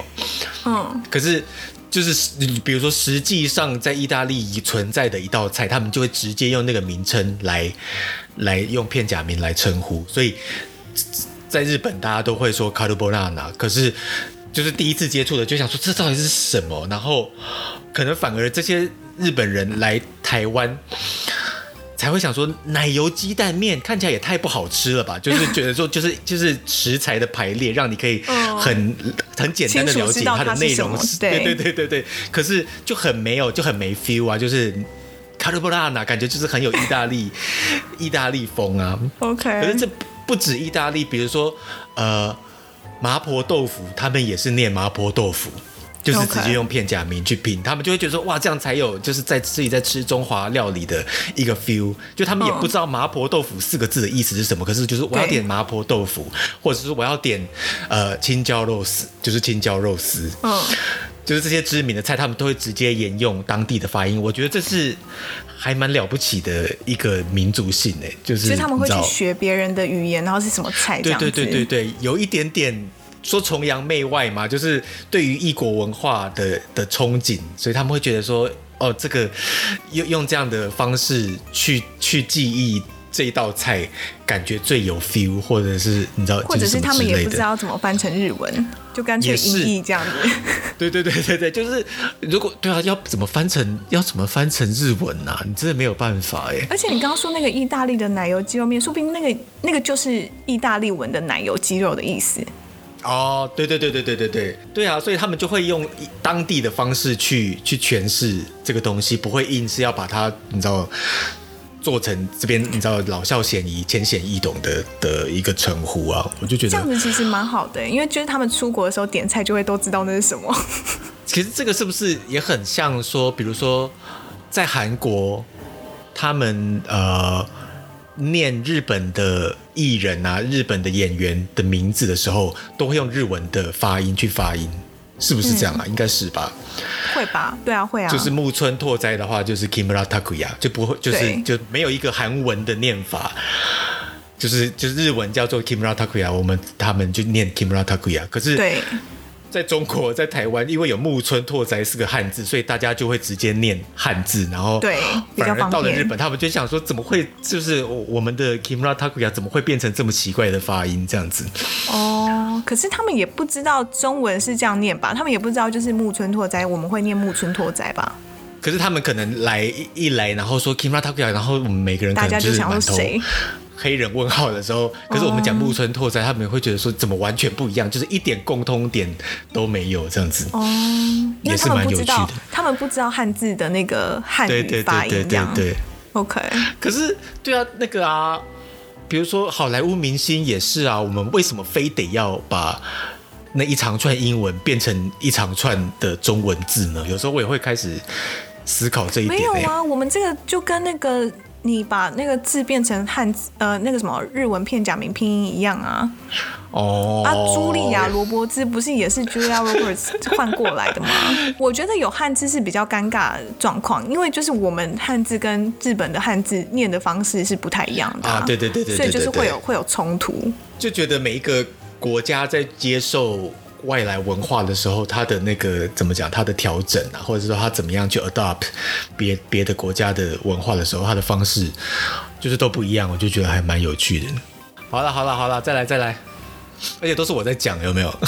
可是就是比如说实际上在意大利存在的一道菜，他们就会直接用那个名称来用片假名来称呼，所以在日本大家都会说 carbonara， 可是就是第一次接触的就想说这到底是什么，然后可能反而这些日本人来台湾才会想说奶油鸡蛋面看起来也太不好吃了吧，就是觉得说就是食材的排列让你可以很简单的了解它的内容，对，可是就很没 feel 啊，就是卡布拉纳感觉就是很有意大利风啊。 OK， 可是这不止意大利，比如说麻婆豆腐，他们也是念麻婆豆腐。就是直接用片假名去拼，他们就会觉得说哇，这样才有就是自己在吃中华料理的一个 feel。就他们也不知道麻婆豆腐4个字的意思是什么，可是就是我要点麻婆豆腐，或者是我要点青椒肉丝，就是青椒肉丝。就是这些知名的菜，他们都会直接沿用当地的发音。我觉得这是还蛮了不起的一个民族性诶，就是他们会去学别人的语言，然后是什么菜这样子。 对，有一点点。说崇洋媚外嘛，就是对于异国文化的憧憬，所以他们会觉得说，哦，这个用这样的方式去记忆这一道菜，感觉最有 feel， 或者是你知道， 或者是他们也不知道怎么翻成日文，就干脆音译这样子。 对，就是如果对啊，要怎么翻成日文啊？你真的没有办法哎。 而且你刚刚说那个意大利的奶油鸡肉面，说不定那个就是意大利文的奶油鸡肉的意思。 哦，对啊，所以他们就会用当地的方式去诠释这个东西，不会硬是要把它你知道做成这边你知道老少咸宜、浅显易懂的一个称呼啊。我就觉得这样子其实蛮好的，因为就是他们出国的时候点菜就会都知道那是什么。 其实这个是不是也很像说，比如说在韩国，他们念日本的艺人啊、日本的演员的名字的时候，都会用日文的发音去发音，是不是这样啊？应该是吧？ 会吧？对啊，会啊。 就是木村拓哉的话，就是 Kimura Takuya， 就不会就没有一个韩文的念法，就是日文叫做 Kimura Takuya， 他们就念 Kimura Takuya， 可是对。在中国，在台湾，因为有木村拓哉是个汉字，所以大家就会直接念汉字，然后对，比较方便。 反而到了日本，他们就想说，怎么会就是我们的 Kimura Takuya 怎么会变成这么奇怪的发音这样子？ 哦，可是他们也不知道中文是这样念吧？他们也不知道就是木村拓哉，我们会念木村拓哉吧？ 可是他们可能一来，然后说 Kimura Takuya， 然后我们每个人可能就是满头黑人问号的时候，可是我们讲木村拓哉，他们会觉得说怎么完全不一样，就是一点共通点都没有这样子。也是蛮有趣的。 他们不知道汉字的那个汉语发音这样。对 OK。 可是对啊，那个啊，比如说好莱坞明星也是啊，我们为什么非得要把那一长串英文变成一长串的中文字呢？有时候我也会开始思考这一点。 没有啊，我们这个就跟那个。你把那个字变成汉字，那个什么日文片假名拼音一样啊。茱莉亚·罗伯兹不是也是 Julia Roberts 换过来的吗？我觉得有汉字是比较尴尬的状况，因为就是我们汉字跟日本的汉字念的方式是不太一样的啊。 对， 所以就是会有冲突。 就觉得每一个国家在接受外来文化的时候，他的那个怎么讲，他的调整啊，或者是说他怎么样去 adopt 别的国家的文化的时候，他的方式就是都不一样，我就觉得还蛮有趣的。好了，再来，而且都是我在讲，有没有？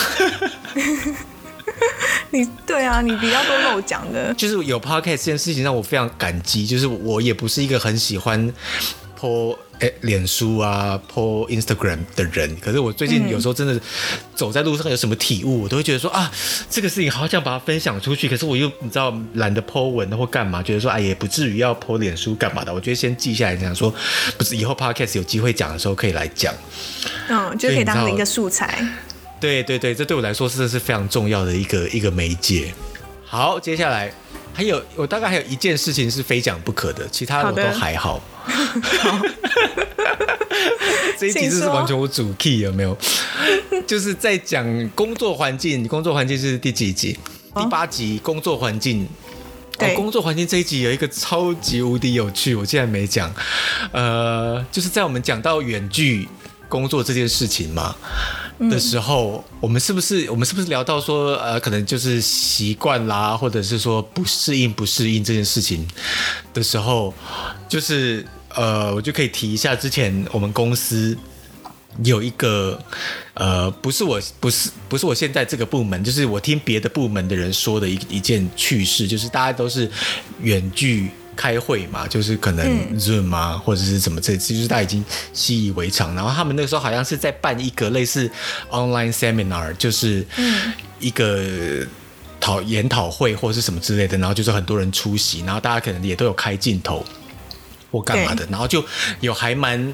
对啊，你比较多漏讲的。 就是有 podcast 这件事情让我非常感激，就是我也不是一个很喜欢po脸书啊 po Instagram 的人，可是我最近有时候真的走在路上有什么体悟，我都会觉得说啊，这个事情好想把它分享出去，可是我又你知道懒得 po 文或干嘛，觉得说也不至于要 po 脸书干嘛的，我觉得先记下来讲说，不是以后 podcast 有机会讲的时候可以来讲， 就可以当成一个素材。 对，这对我来说真的是非常重要的一个媒介。好，接下来我大概还有一件事情是非讲不可的，其他的我都还好。这一集是完全我主 key 有没有？就是在讲工作环境，工作环境是第几集？第8集工作环境。工作环境这一集有一个超级无敌有趣，我竟然没讲。就是在我们讲到远距工作这件事情嘛， 的时候，我们是不是聊到说可能就是习惯啦，或者是说不适应这件事情的时候，就是我就可以提一下之前我们公司有一个不是我现在这个部门，就是我听别的部门的人说的一件趣事，就是大家都是远距开会嘛，就是可能 Zoom 啊，或者是什么这次，就是大家已经习以为常。然后他们那个时候好像是在办一个类似 online seminar， 就是一个研讨会或者是什么之类的，然后就是很多人出席，然后大家可能也都有开镜头或干嘛的，然后就有还蛮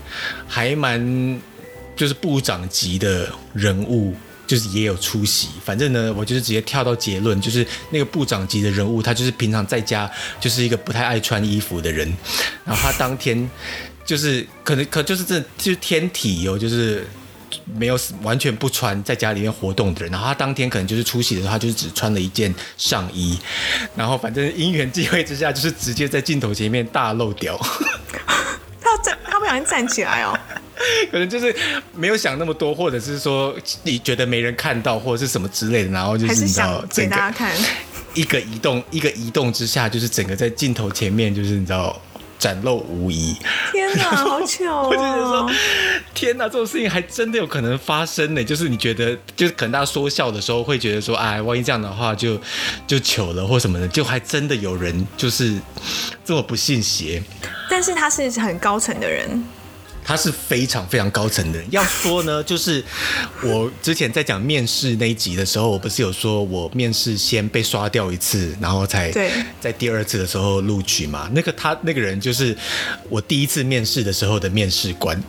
就是部长级的人物。就是也有出席，反正呢，我就是直接跳到结论，就是那个部长级的人物，他就是平常在家就是一个不太爱穿衣服的人，然后他当天就是可就是真的就是天体哦，就是没有完全不穿在家里面活动的人，然后他当天可能就是出席的时候，他就是只穿了一件上衣，然后反正因缘际会之下，就是直接在镜头前面大露屌， 他不小心站起来哦。 可能就是没有想那么多，或者是说你觉得没人看到，或者是什么之类的，然后就是你知道给大家看一个移动之下，就是整个在镜头前面，就是你知道展露无遗。 天哪，好糗哦！ 我就觉得说，天哪，这种事情还真的有可能发生呢。就是你觉得，就是可能大家说笑的时候会觉得说，哎，万一这样的话就糗了或什么的，就还真的有人就是这么不信邪。 但是他是很高层的人。 他是非常非常高层的人。要说呢，就是我之前在讲面试那一集的时候，我不是有说我面试先被刷掉一次，然后才在第二次的时候录取嘛？他那个人就是我第一次面试的时候的面试官。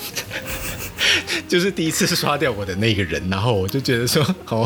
就是第一次刷掉我的那个人，然后我就觉得说，哦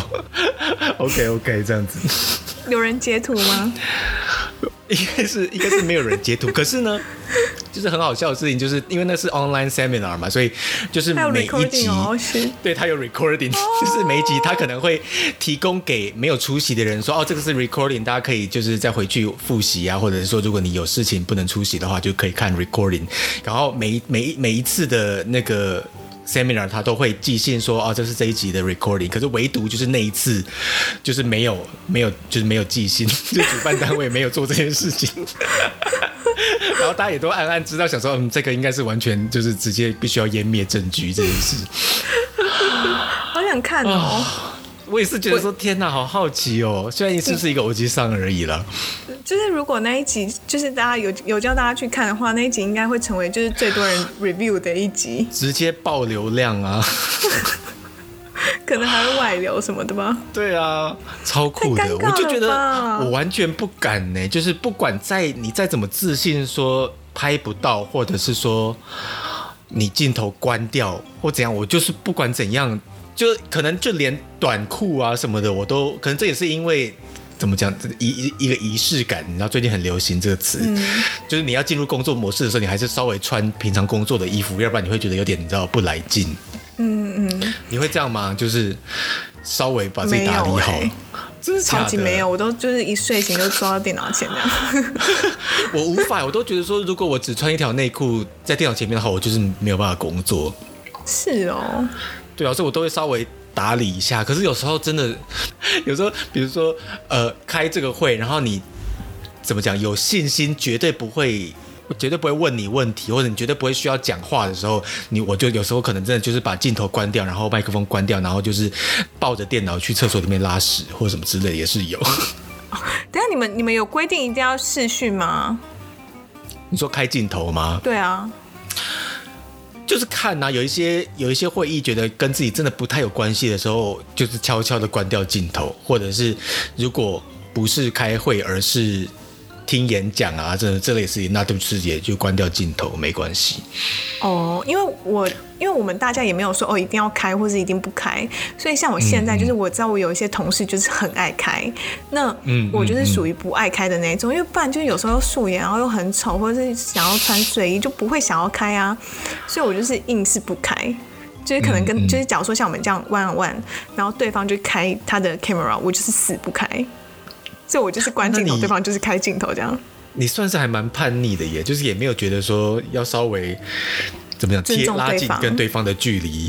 ，OK， 这样子。 有人截图吗？ 应该是没有人截图，可是呢，就是很好笑的事情，就是因为那是 online seminar 嘛，所以就是每一集，对，他有 recording，就是每一集他可能会提供给没有出席的人说，哦，这个是 recording， 大家可以就是再回去复习啊，或者是说如果你有事情不能出席的话，就可以看 recording， 然后每一次的那个seminar 他都会寄信说，哦，这是这一集的 recording， 可是唯独就是那一次就是没有寄信，就主办单位没有做这件事情。然后大家也都暗暗知道，想说，这个应该是完全就是直接必须要湮灭证据这件事。 好想看哦。 我也是觉得说，天哪，好好奇哦！虽然是一个偶机上而已啦。 就是如果那一集就是大家有叫大家去看的话，那一集应该会成为就是最多人 review 的一集， 直接爆流量啊！ 可能还会外流什么的吧？ 对啊，超酷的！我就觉得我完全不敢呢，就是不管你再怎么自信说拍不到，或者是说你镜头关掉或怎样，我就是不管怎样。就可能就连短裤啊什么的，我都可能这也是因为怎么讲一个仪式感，你知道最近很流行这个词，就是你要进入工作模式的时候，你还是稍微穿平常工作的衣服，要不然你会觉得有点你知道不来劲。你会这样吗？就是稍微把自己打理好。真是假的？ 超级没有，我都就是一睡醒就抓到电脑前这样。 我无法，我都觉得说，如果我只穿一条内裤在电脑前面的话，我就是没有办法工作。 是哦。 对啊，所以我都会稍微打理一下。可是有时候真的，有时候比如说开这个会，然后你怎么讲有信心，绝对不会问你问题，或者你绝对不会需要讲话的时候，我就有时候可能真的就是把镜头关掉，然后麦克风关掉，然后就是抱着电脑去厕所里面拉屎或什么之类的也是有。 等一下你们有规定一定要视讯吗？ 你说开镜头吗？ 对啊。 就是看啊，有一些会议觉得跟自己真的不太有关系的时候，就是悄悄的关掉镜头，或者是如果不是开会，而是听演讲啊，这类事情，那对不起也就关掉镜头，没关系。哦，因为我们大家也没有说一定要开或是一定不开，所以像我现在就是我知道我有一些同事就是很爱开，那我就是属于不爱开的那一种，因为不然就是有时候素颜然后又很丑，或者是想要穿睡衣就不会想要开啊，所以我就是硬是不开，就是可能就是假如说像我们这样 one on one， 然后对方就开他的 camera， 我就是死不开，所以我就是关镜头，对方就是开镜头这样。你算是还蛮叛逆的耶，就是也没有觉得说要稍微怎么样拉近跟对方的距离。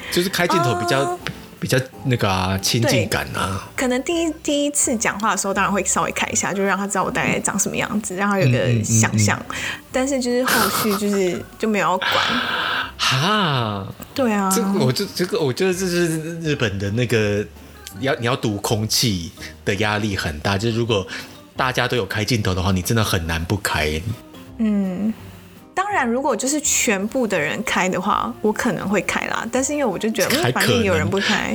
就是开镜头比较那个亲近感啊。 可能第一次讲话的时候，当然会稍微开一下，就让他知道我大概长什么样子，让他有个想象。但是就是后续就没有要管。 哈， 对啊， 我觉得这是日本的那个你要读空气的压力很大，就是如果大家都有开镜头的话，你真的很难不开。 当然，如果就是全部的人开的话，我可能会开啦。但是因为我就觉得，反正有人不开。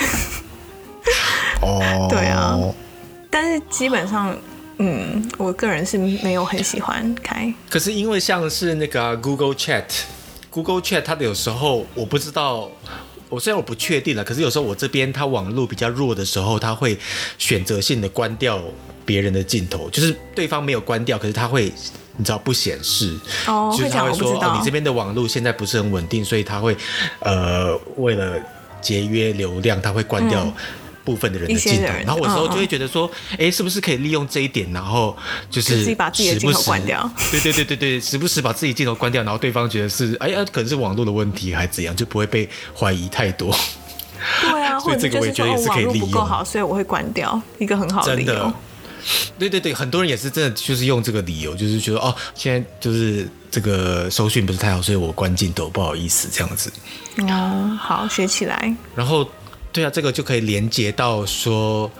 对啊。但是基本上，我个人是没有很喜欢开。 可是因为像是那个Google Chat，它的有时候我不知道。虽然我不确定了，可是有时候我这边它网络比较弱的时候，它会选择性的关掉别人的镜头，就是对方没有关掉，可是它会你知道不显示，就是他会说你这边的网络现在不是很稳定，所以他会为了节约流量，他会关掉部分的人的镜头，然后我有时候就会觉得说，是不是可以利用这一点，然后就是自己把自己的镜头关掉， 对，时不时把自己镜头关掉，然后对方觉得是可能是网络的问题还怎样，就不会被怀疑太多。 对啊，或者就是说网络不够好，所以我会关掉，一个很好的理由。 对，很多人也是真的就是用这个理由，就是觉得现在就是这个收讯不是太好，所以我关镜头，不好意思这样子。 好，学起来。 然后对啊，这个就可以连接到说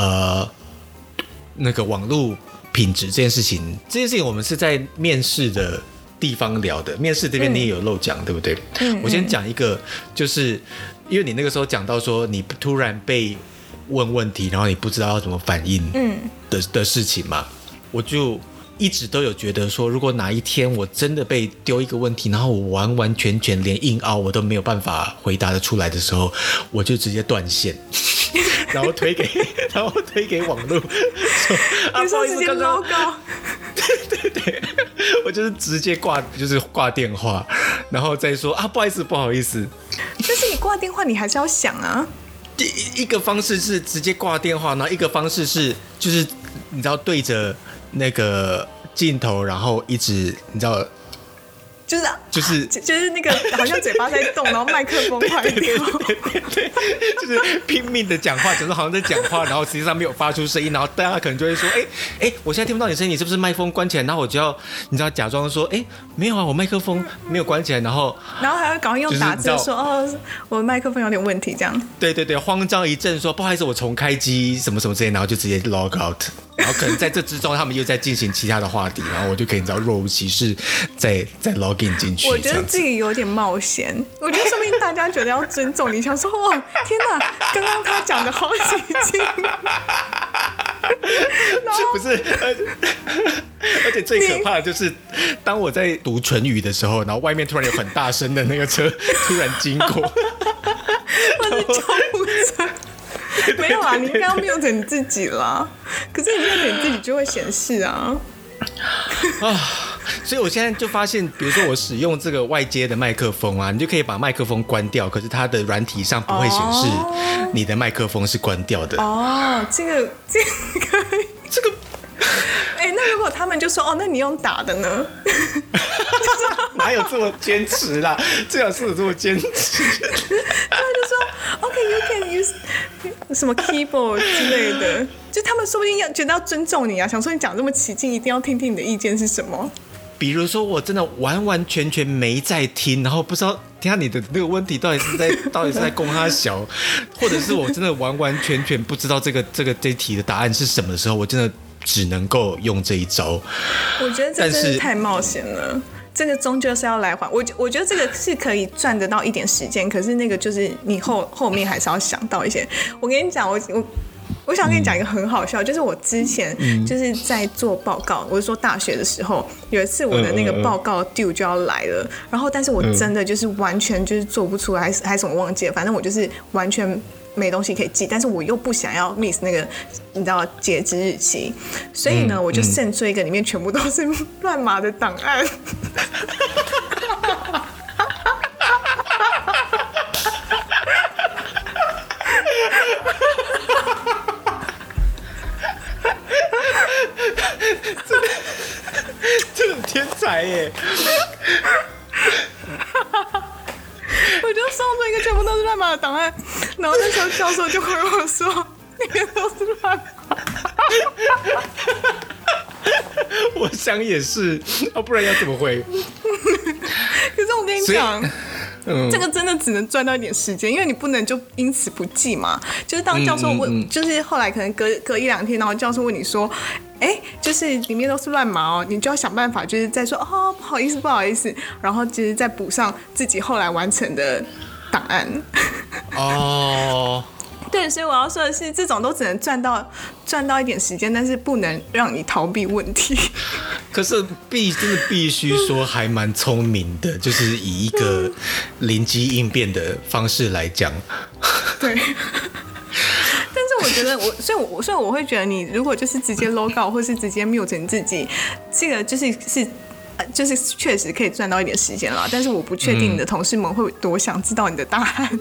那个网络品质这件事情，我们是在面试的地方聊的，面试这边你也有漏讲，对不对？我先讲一个，就是因为你那个时候讲到说你突然被问问题，然后你不知道要怎么反应的事情嘛，我就一直都有觉得说，如果哪一天我真的被丢一个问题，然后我完完全全连硬凹我都没有办法回答得出来的时候，我就直接断线，然后推给网络说你说直接 logo， 对，我就是直接挂电话，然后再说不好意思。 但是你挂电话，你还是要想啊。 一个方式是直接挂电话，然后一个方式是就是你知道对着那个镜头，然后一直你知道。就是那个好像嘴巴在动，然后麦克风坏掉， 对，就是拼命的讲话，就是好像在讲话，然后实际上没有发出声音，然后大家可能就会说，我现在听不到你声音，你是不是麦克风关起来？然后我就要你知道假装说，没有啊，我麦克风没有关起来，然后还要赶快用打字说，我的麦克风有点问题，这样。 对，慌张一阵说不好意思，我重开机什么什么之类，然后就直接 log out。然后可能在这之中，他们又在进行其他的话题，然后我就可以你知道若无其事再 login 进去。 我觉得自己有点冒险，我觉得说不定大家觉得要尊重你，想说哇天哪，刚刚他讲的好几句， 不是，而且最可怕的就是当我在读唇语的时候，然后外面突然有很大声的那个车突然经过， 我是救护车。没有啊，你应该要 mute 你自己啦。可是你 mute 你自己就会显示啊。 所以我现在就发现，比如说我使用这个外接的麦克风啊，你就可以把麦克风关掉，可是它的软体上不会显示你的麦克风是关掉的。 这个那如果他们就说那你用打的呢？ 哪有这么坚持啦？最好是有这么坚持。 他们就说 OK，you can use 什么 keyboard 之类的，就他们说不定觉得要尊重你啊，想说你讲这么起劲，一定要听听你的意见是什么。 比如说我真的完完全全没在听，然后不知道听下你的那个问题到底是在供他小，或者是我真的完完全全不知道这题的答案是什么的时候，我真的只能够用这一招。 我觉得这真是太冒险了，这个终究是要来还。我觉得这个是可以赚得到一点时间，可是那个就是你后面还是要想到一些。我跟你讲，我想跟你讲一个很好笑，就是我之前就是在做报告，我是说大学的时候，有一次我的那个报告 due 就要来了，然后但是我真的就是完全就是做不出来，还是什么忘记了，反正我就是完全没东西可以记，但是我又不想要 miss 那个你知道截止日期，所以呢，我就剩出一个里面全部都是乱码的档案。 这很天才耶！ 我就送这个全部都是乱码的档案。然后那时候教授就回我说，那个都是乱码。 我想也是，不然要怎么回？ 可是我跟你讲。这个真的只能赚到一点时间，因为你不能就因此不记嘛。就是当教授问，就是后来可能隔一两天，然后教授问你说，就是里面都是乱码哦，你就要想办法，就是再说不好意思，然后就是再补上自己后来完成的档案。 哦。 对，所以我要说的是，这种都只能赚到一点时间，但是不能让你逃避问题。 可是真的必须说还蛮聪明的，就是以一个灵机应变的方式来讲。 对。但是我觉得所以我会觉得你如果就是直接 log out 或是直接 mute 你自己，这个就是确实可以赚到一点时间啦。但是我不确定你的同事们会多想知道你的答案。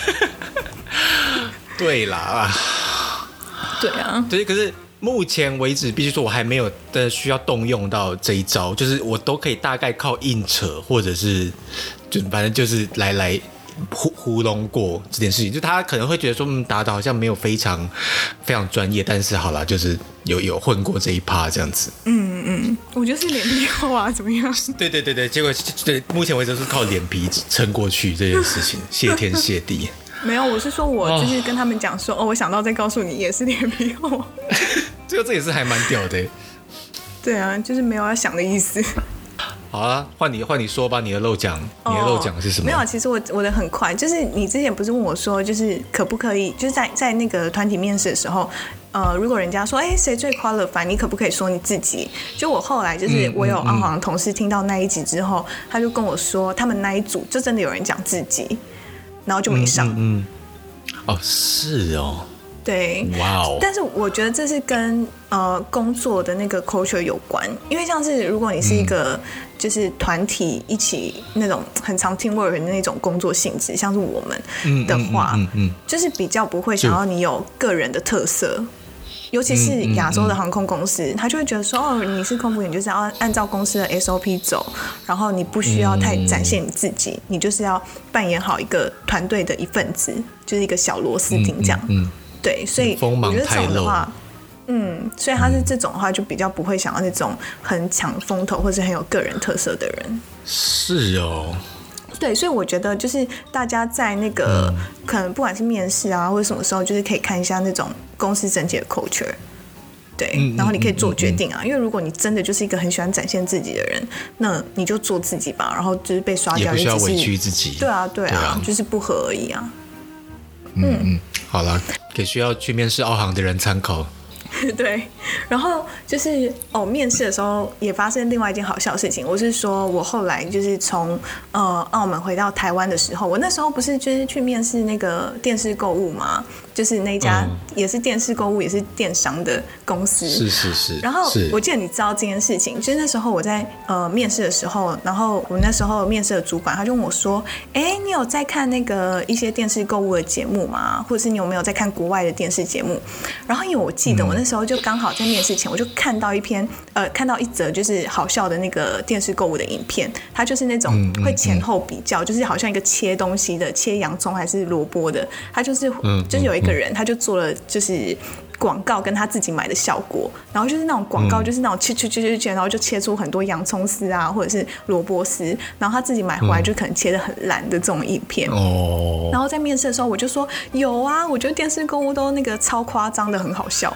对啦， 对啊， 对，可是目前为止，必须说我还没有需要动用到这一招，就是我都可以大概靠硬扯，或者是反正就是来糊弄过这件事情。就他可能会觉得说，打的好像没有非常非常专业，但是好啦，就是有混过这一趴这样子。 我就是脸皮厚啊，怎么样？ 对，结果对目前为止是靠脸皮撑过去这件事情，谢天谢地。 没有，我是说我就是跟他们讲说，我想到再告诉你，也是脸皮厚。 这也是还蛮屌的。 对啊，就是没有要想的意思。 好啊，换你说吧，你的漏讲是什么？ 没有，其实我的很快，就是你之前不是问我说，就是可不可以，就是在那个团体面试的时候，如果人家说，谁最 qualified， 你可不可以说你自己？就我后来就是我有澳航同事听到那一集之后，他就跟我说，他们那一组就真的有人讲自己。然后就没上。 是哦。 对，哇哦！但是我觉得这是跟工作的那个 culture 有关，因为像是如果你是一个就是团体一起那种很常 teamwork 的那种工作性质，像是我们的话，就是比较不会想要你有个人的特色。尤其是亚洲的航空公司，他就会觉得说，你是空服员，就是要按照公司的 SOP 走，然后你不需要太展现你自己，你就是要扮演好一个团队的一份子，就是一个小螺丝钉这样。对，所以我觉得这种的话，所以他是这种的话，就比较不会想要那种很抢风头或是很有个人特色的人。 是哦。 对，所以我觉得就是大家在那个可能不管是面试啊或者什么时候，就是可以看一下那种公司整体的 culture， 对，然后你可以做决定啊。因为如果你真的就是一个很喜欢展现自己的人，那你就做自己吧，然后就是被刷掉， 也不需要委屈自己。 对啊，就是不合而已啊。 好啦，给需要去面试澳航的人参考。 对，然后就是面试的时候也发生另外一件好笑的事情。我是说我后来就是从澳门回到台湾的时候，我那时候不是就是去面试那个电视购物嘛，就是那家也是电视购物也是电商的公司。是。然后我记得你知道这件事情，就是那时候我在面试的时候，然后我那时候面试的主管他就问我说，你有在看那个一些电视购物的节目吗？或者是你有没有在看国外的电视节目？然后因为我记得我那时候就刚好在面试前，我就看到一则就是好笑的那个电视购物的影片，它就是那种会前后比较，就是好像一个切东西的，切洋葱还是萝卜的，它就是有一个人他就做了就是广告跟他自己买的效果，然后就是那种广告就是那种切，然后就切出很多洋葱丝啊或者是萝卜丝，然后他自己买回来就可能切得很烂的这种影片。然后在面试的时候我就说有啊，我觉得电视购物都那个超夸张的很好笑。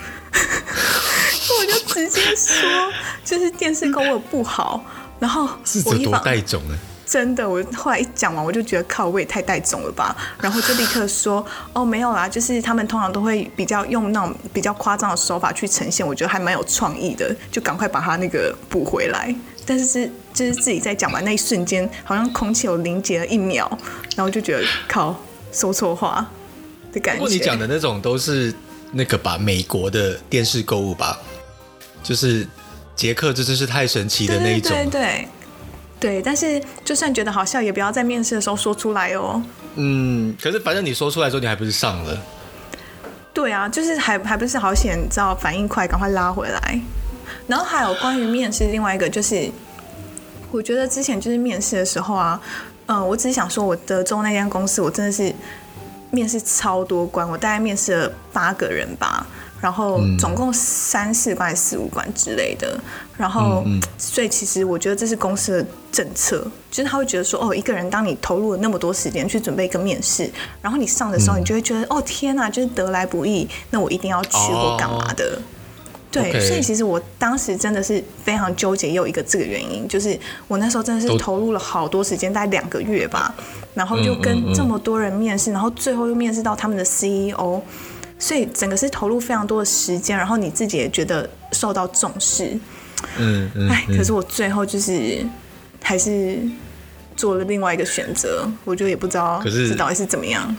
我就直接说就是电视购物不好，然后我多带种了。 真的，我后来一讲完，我就觉得靠，我也太带种了吧，然后就立刻说没有啦，就是他们通常都会比较用那种比较夸张的手法去呈现，我觉得还蛮有创意的，就赶快把它那个补回来。但是就是自己在讲完那一瞬间，好像空气有凝结了1秒，然后就觉得靠，说错话的感觉。 不过你讲的那种都是那个吧，美国的电视购物吧，就是捷克这真是太神奇的那一种。 对，但是就算觉得好笑，也不要在面试的时候说出来哦。 可是反正你说出来之后，你还不是上了？ 对啊，就是还不是好险，你知道反应快，赶快拉回来。然后还有关于面试，另外一个就是，我觉得之前就是面试的时候啊， 我只是想说，我德州那间公司，我真的是面试超多关，我大概面试了8个人吧，然后总共3、4关还是4、5关之类的，然后所以其实我觉得这是公司的政策，就是他会觉得说，哦，一个人当你投入了那么多时间去准备一个面试，然后你上的时候，你就会觉得，哦天哪，就是得来不易，那我一定要去或干嘛的。对， okay. 所以其实我当时真的是非常纠结，也有一个这个原因，就是我那时候真的是投入了好多时间，大概2个月吧，然后就跟这么多人面试，然后最后又面试到他们的 CEO， 所以整个是投入非常多的时间，然后你自己也觉得受到重视，可是我最后就是还是做了另外一个选择，我就也不知道这到底是怎么样。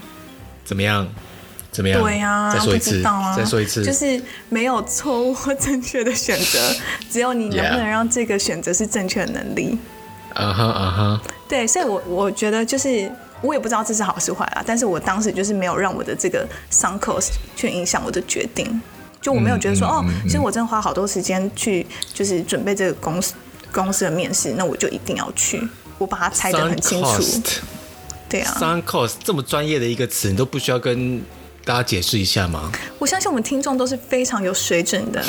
对啊， 再说一次，再说一次， 就是没有错误或正确的选择，只有你能不能让这个选择是正确的能力。对，所以我觉得就是我也不知道这是好是坏啦，但是我当时就是没有让我的这个 sunk cost 去影响我的决定，就我没有觉得说其实我真的花好多时间去就是准备这个公司的面试，那我就一定要去，我把它拆得很清楚。对啊 ，sunk cost 这么专业的一个词，你都不需要跟大家解释一下吗？ 我相信我们听众都是非常有水准的，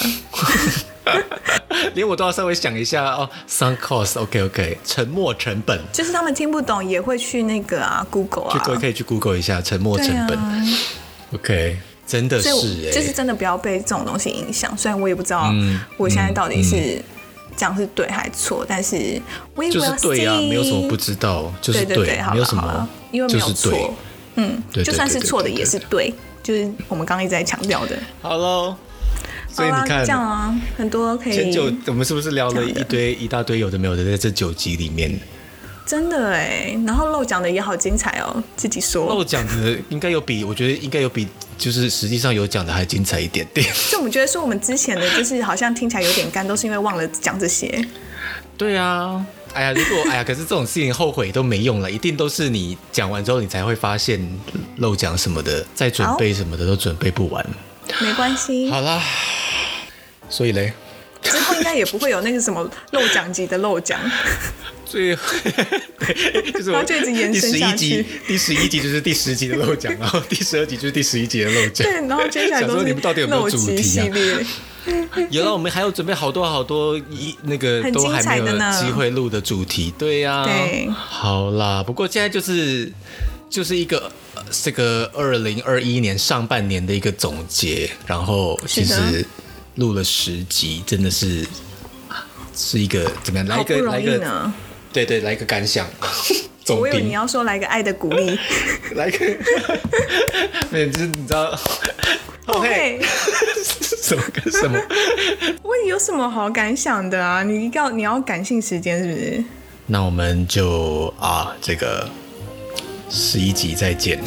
连我都要稍微想一下哦。sunk cost，OK， 沉没成本， 就是他们听不懂也会去那个Google 可以去 Google 一下沉没成本。OK， 真的是就是真的不要被这种东西影响。虽然我也不知道我现在到底是这样是对还错，但是我也就是对啊，没有什么不知道，就是对，没有什么， 因为没有错。就算是错的也是对，就是我们刚刚一直在强调的。 好咯，所以你看， 这样啊，很多可以。 我们是不是聊了一大堆有的没有的，在这9集里面？ 真的哎，然后漏讲的也好精彩哦，自己说。 漏讲的应该有比，我觉得应该有比，就是实际上有讲的还精彩一点点。 就我们觉得说我们之前的就是好像听起来有点干，都是因为忘了讲这些。 对啊。可是这种事情后悔都没用了，一定都是你讲完之后，你才会发现漏讲什么的，再准备什么的都准备不完。 没关系。 好啦，所以嘞， 之后应该也不会有那个什么漏讲集的漏讲。 最后就是我就一直延伸下去。 第11集就是第10集的漏讲，然后第12集就是第11集的漏讲。 对，然后接下来都是你们到底有没有主题啊？有了，我们还有准备好多那个都还没有机会录的主题，对呀、啊。 对， 好啦，不过现在就是一个这个2021年上半年的一个总结，然后其实录了10集，真的是一个怎么样？来一个，对，来一个感想。 我以为你要说来个爱的鼓励， 来个，没有，就是你知道。OK， 什么？ 我有什么好感想的啊？你要感性时间是不是？ 那我们就这个11集再见，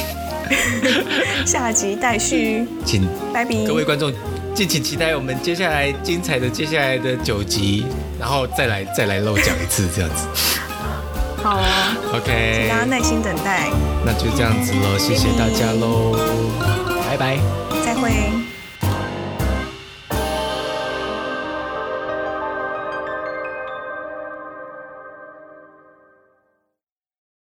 下集待续， 请拜拜， 各位观众敬请期待我们接下来精彩的9集，然后再来漏讲一次这样子。 好啊 ，OK， 请大家耐心等待。 那就这样子咯，谢谢大家咯，拜拜， 再会。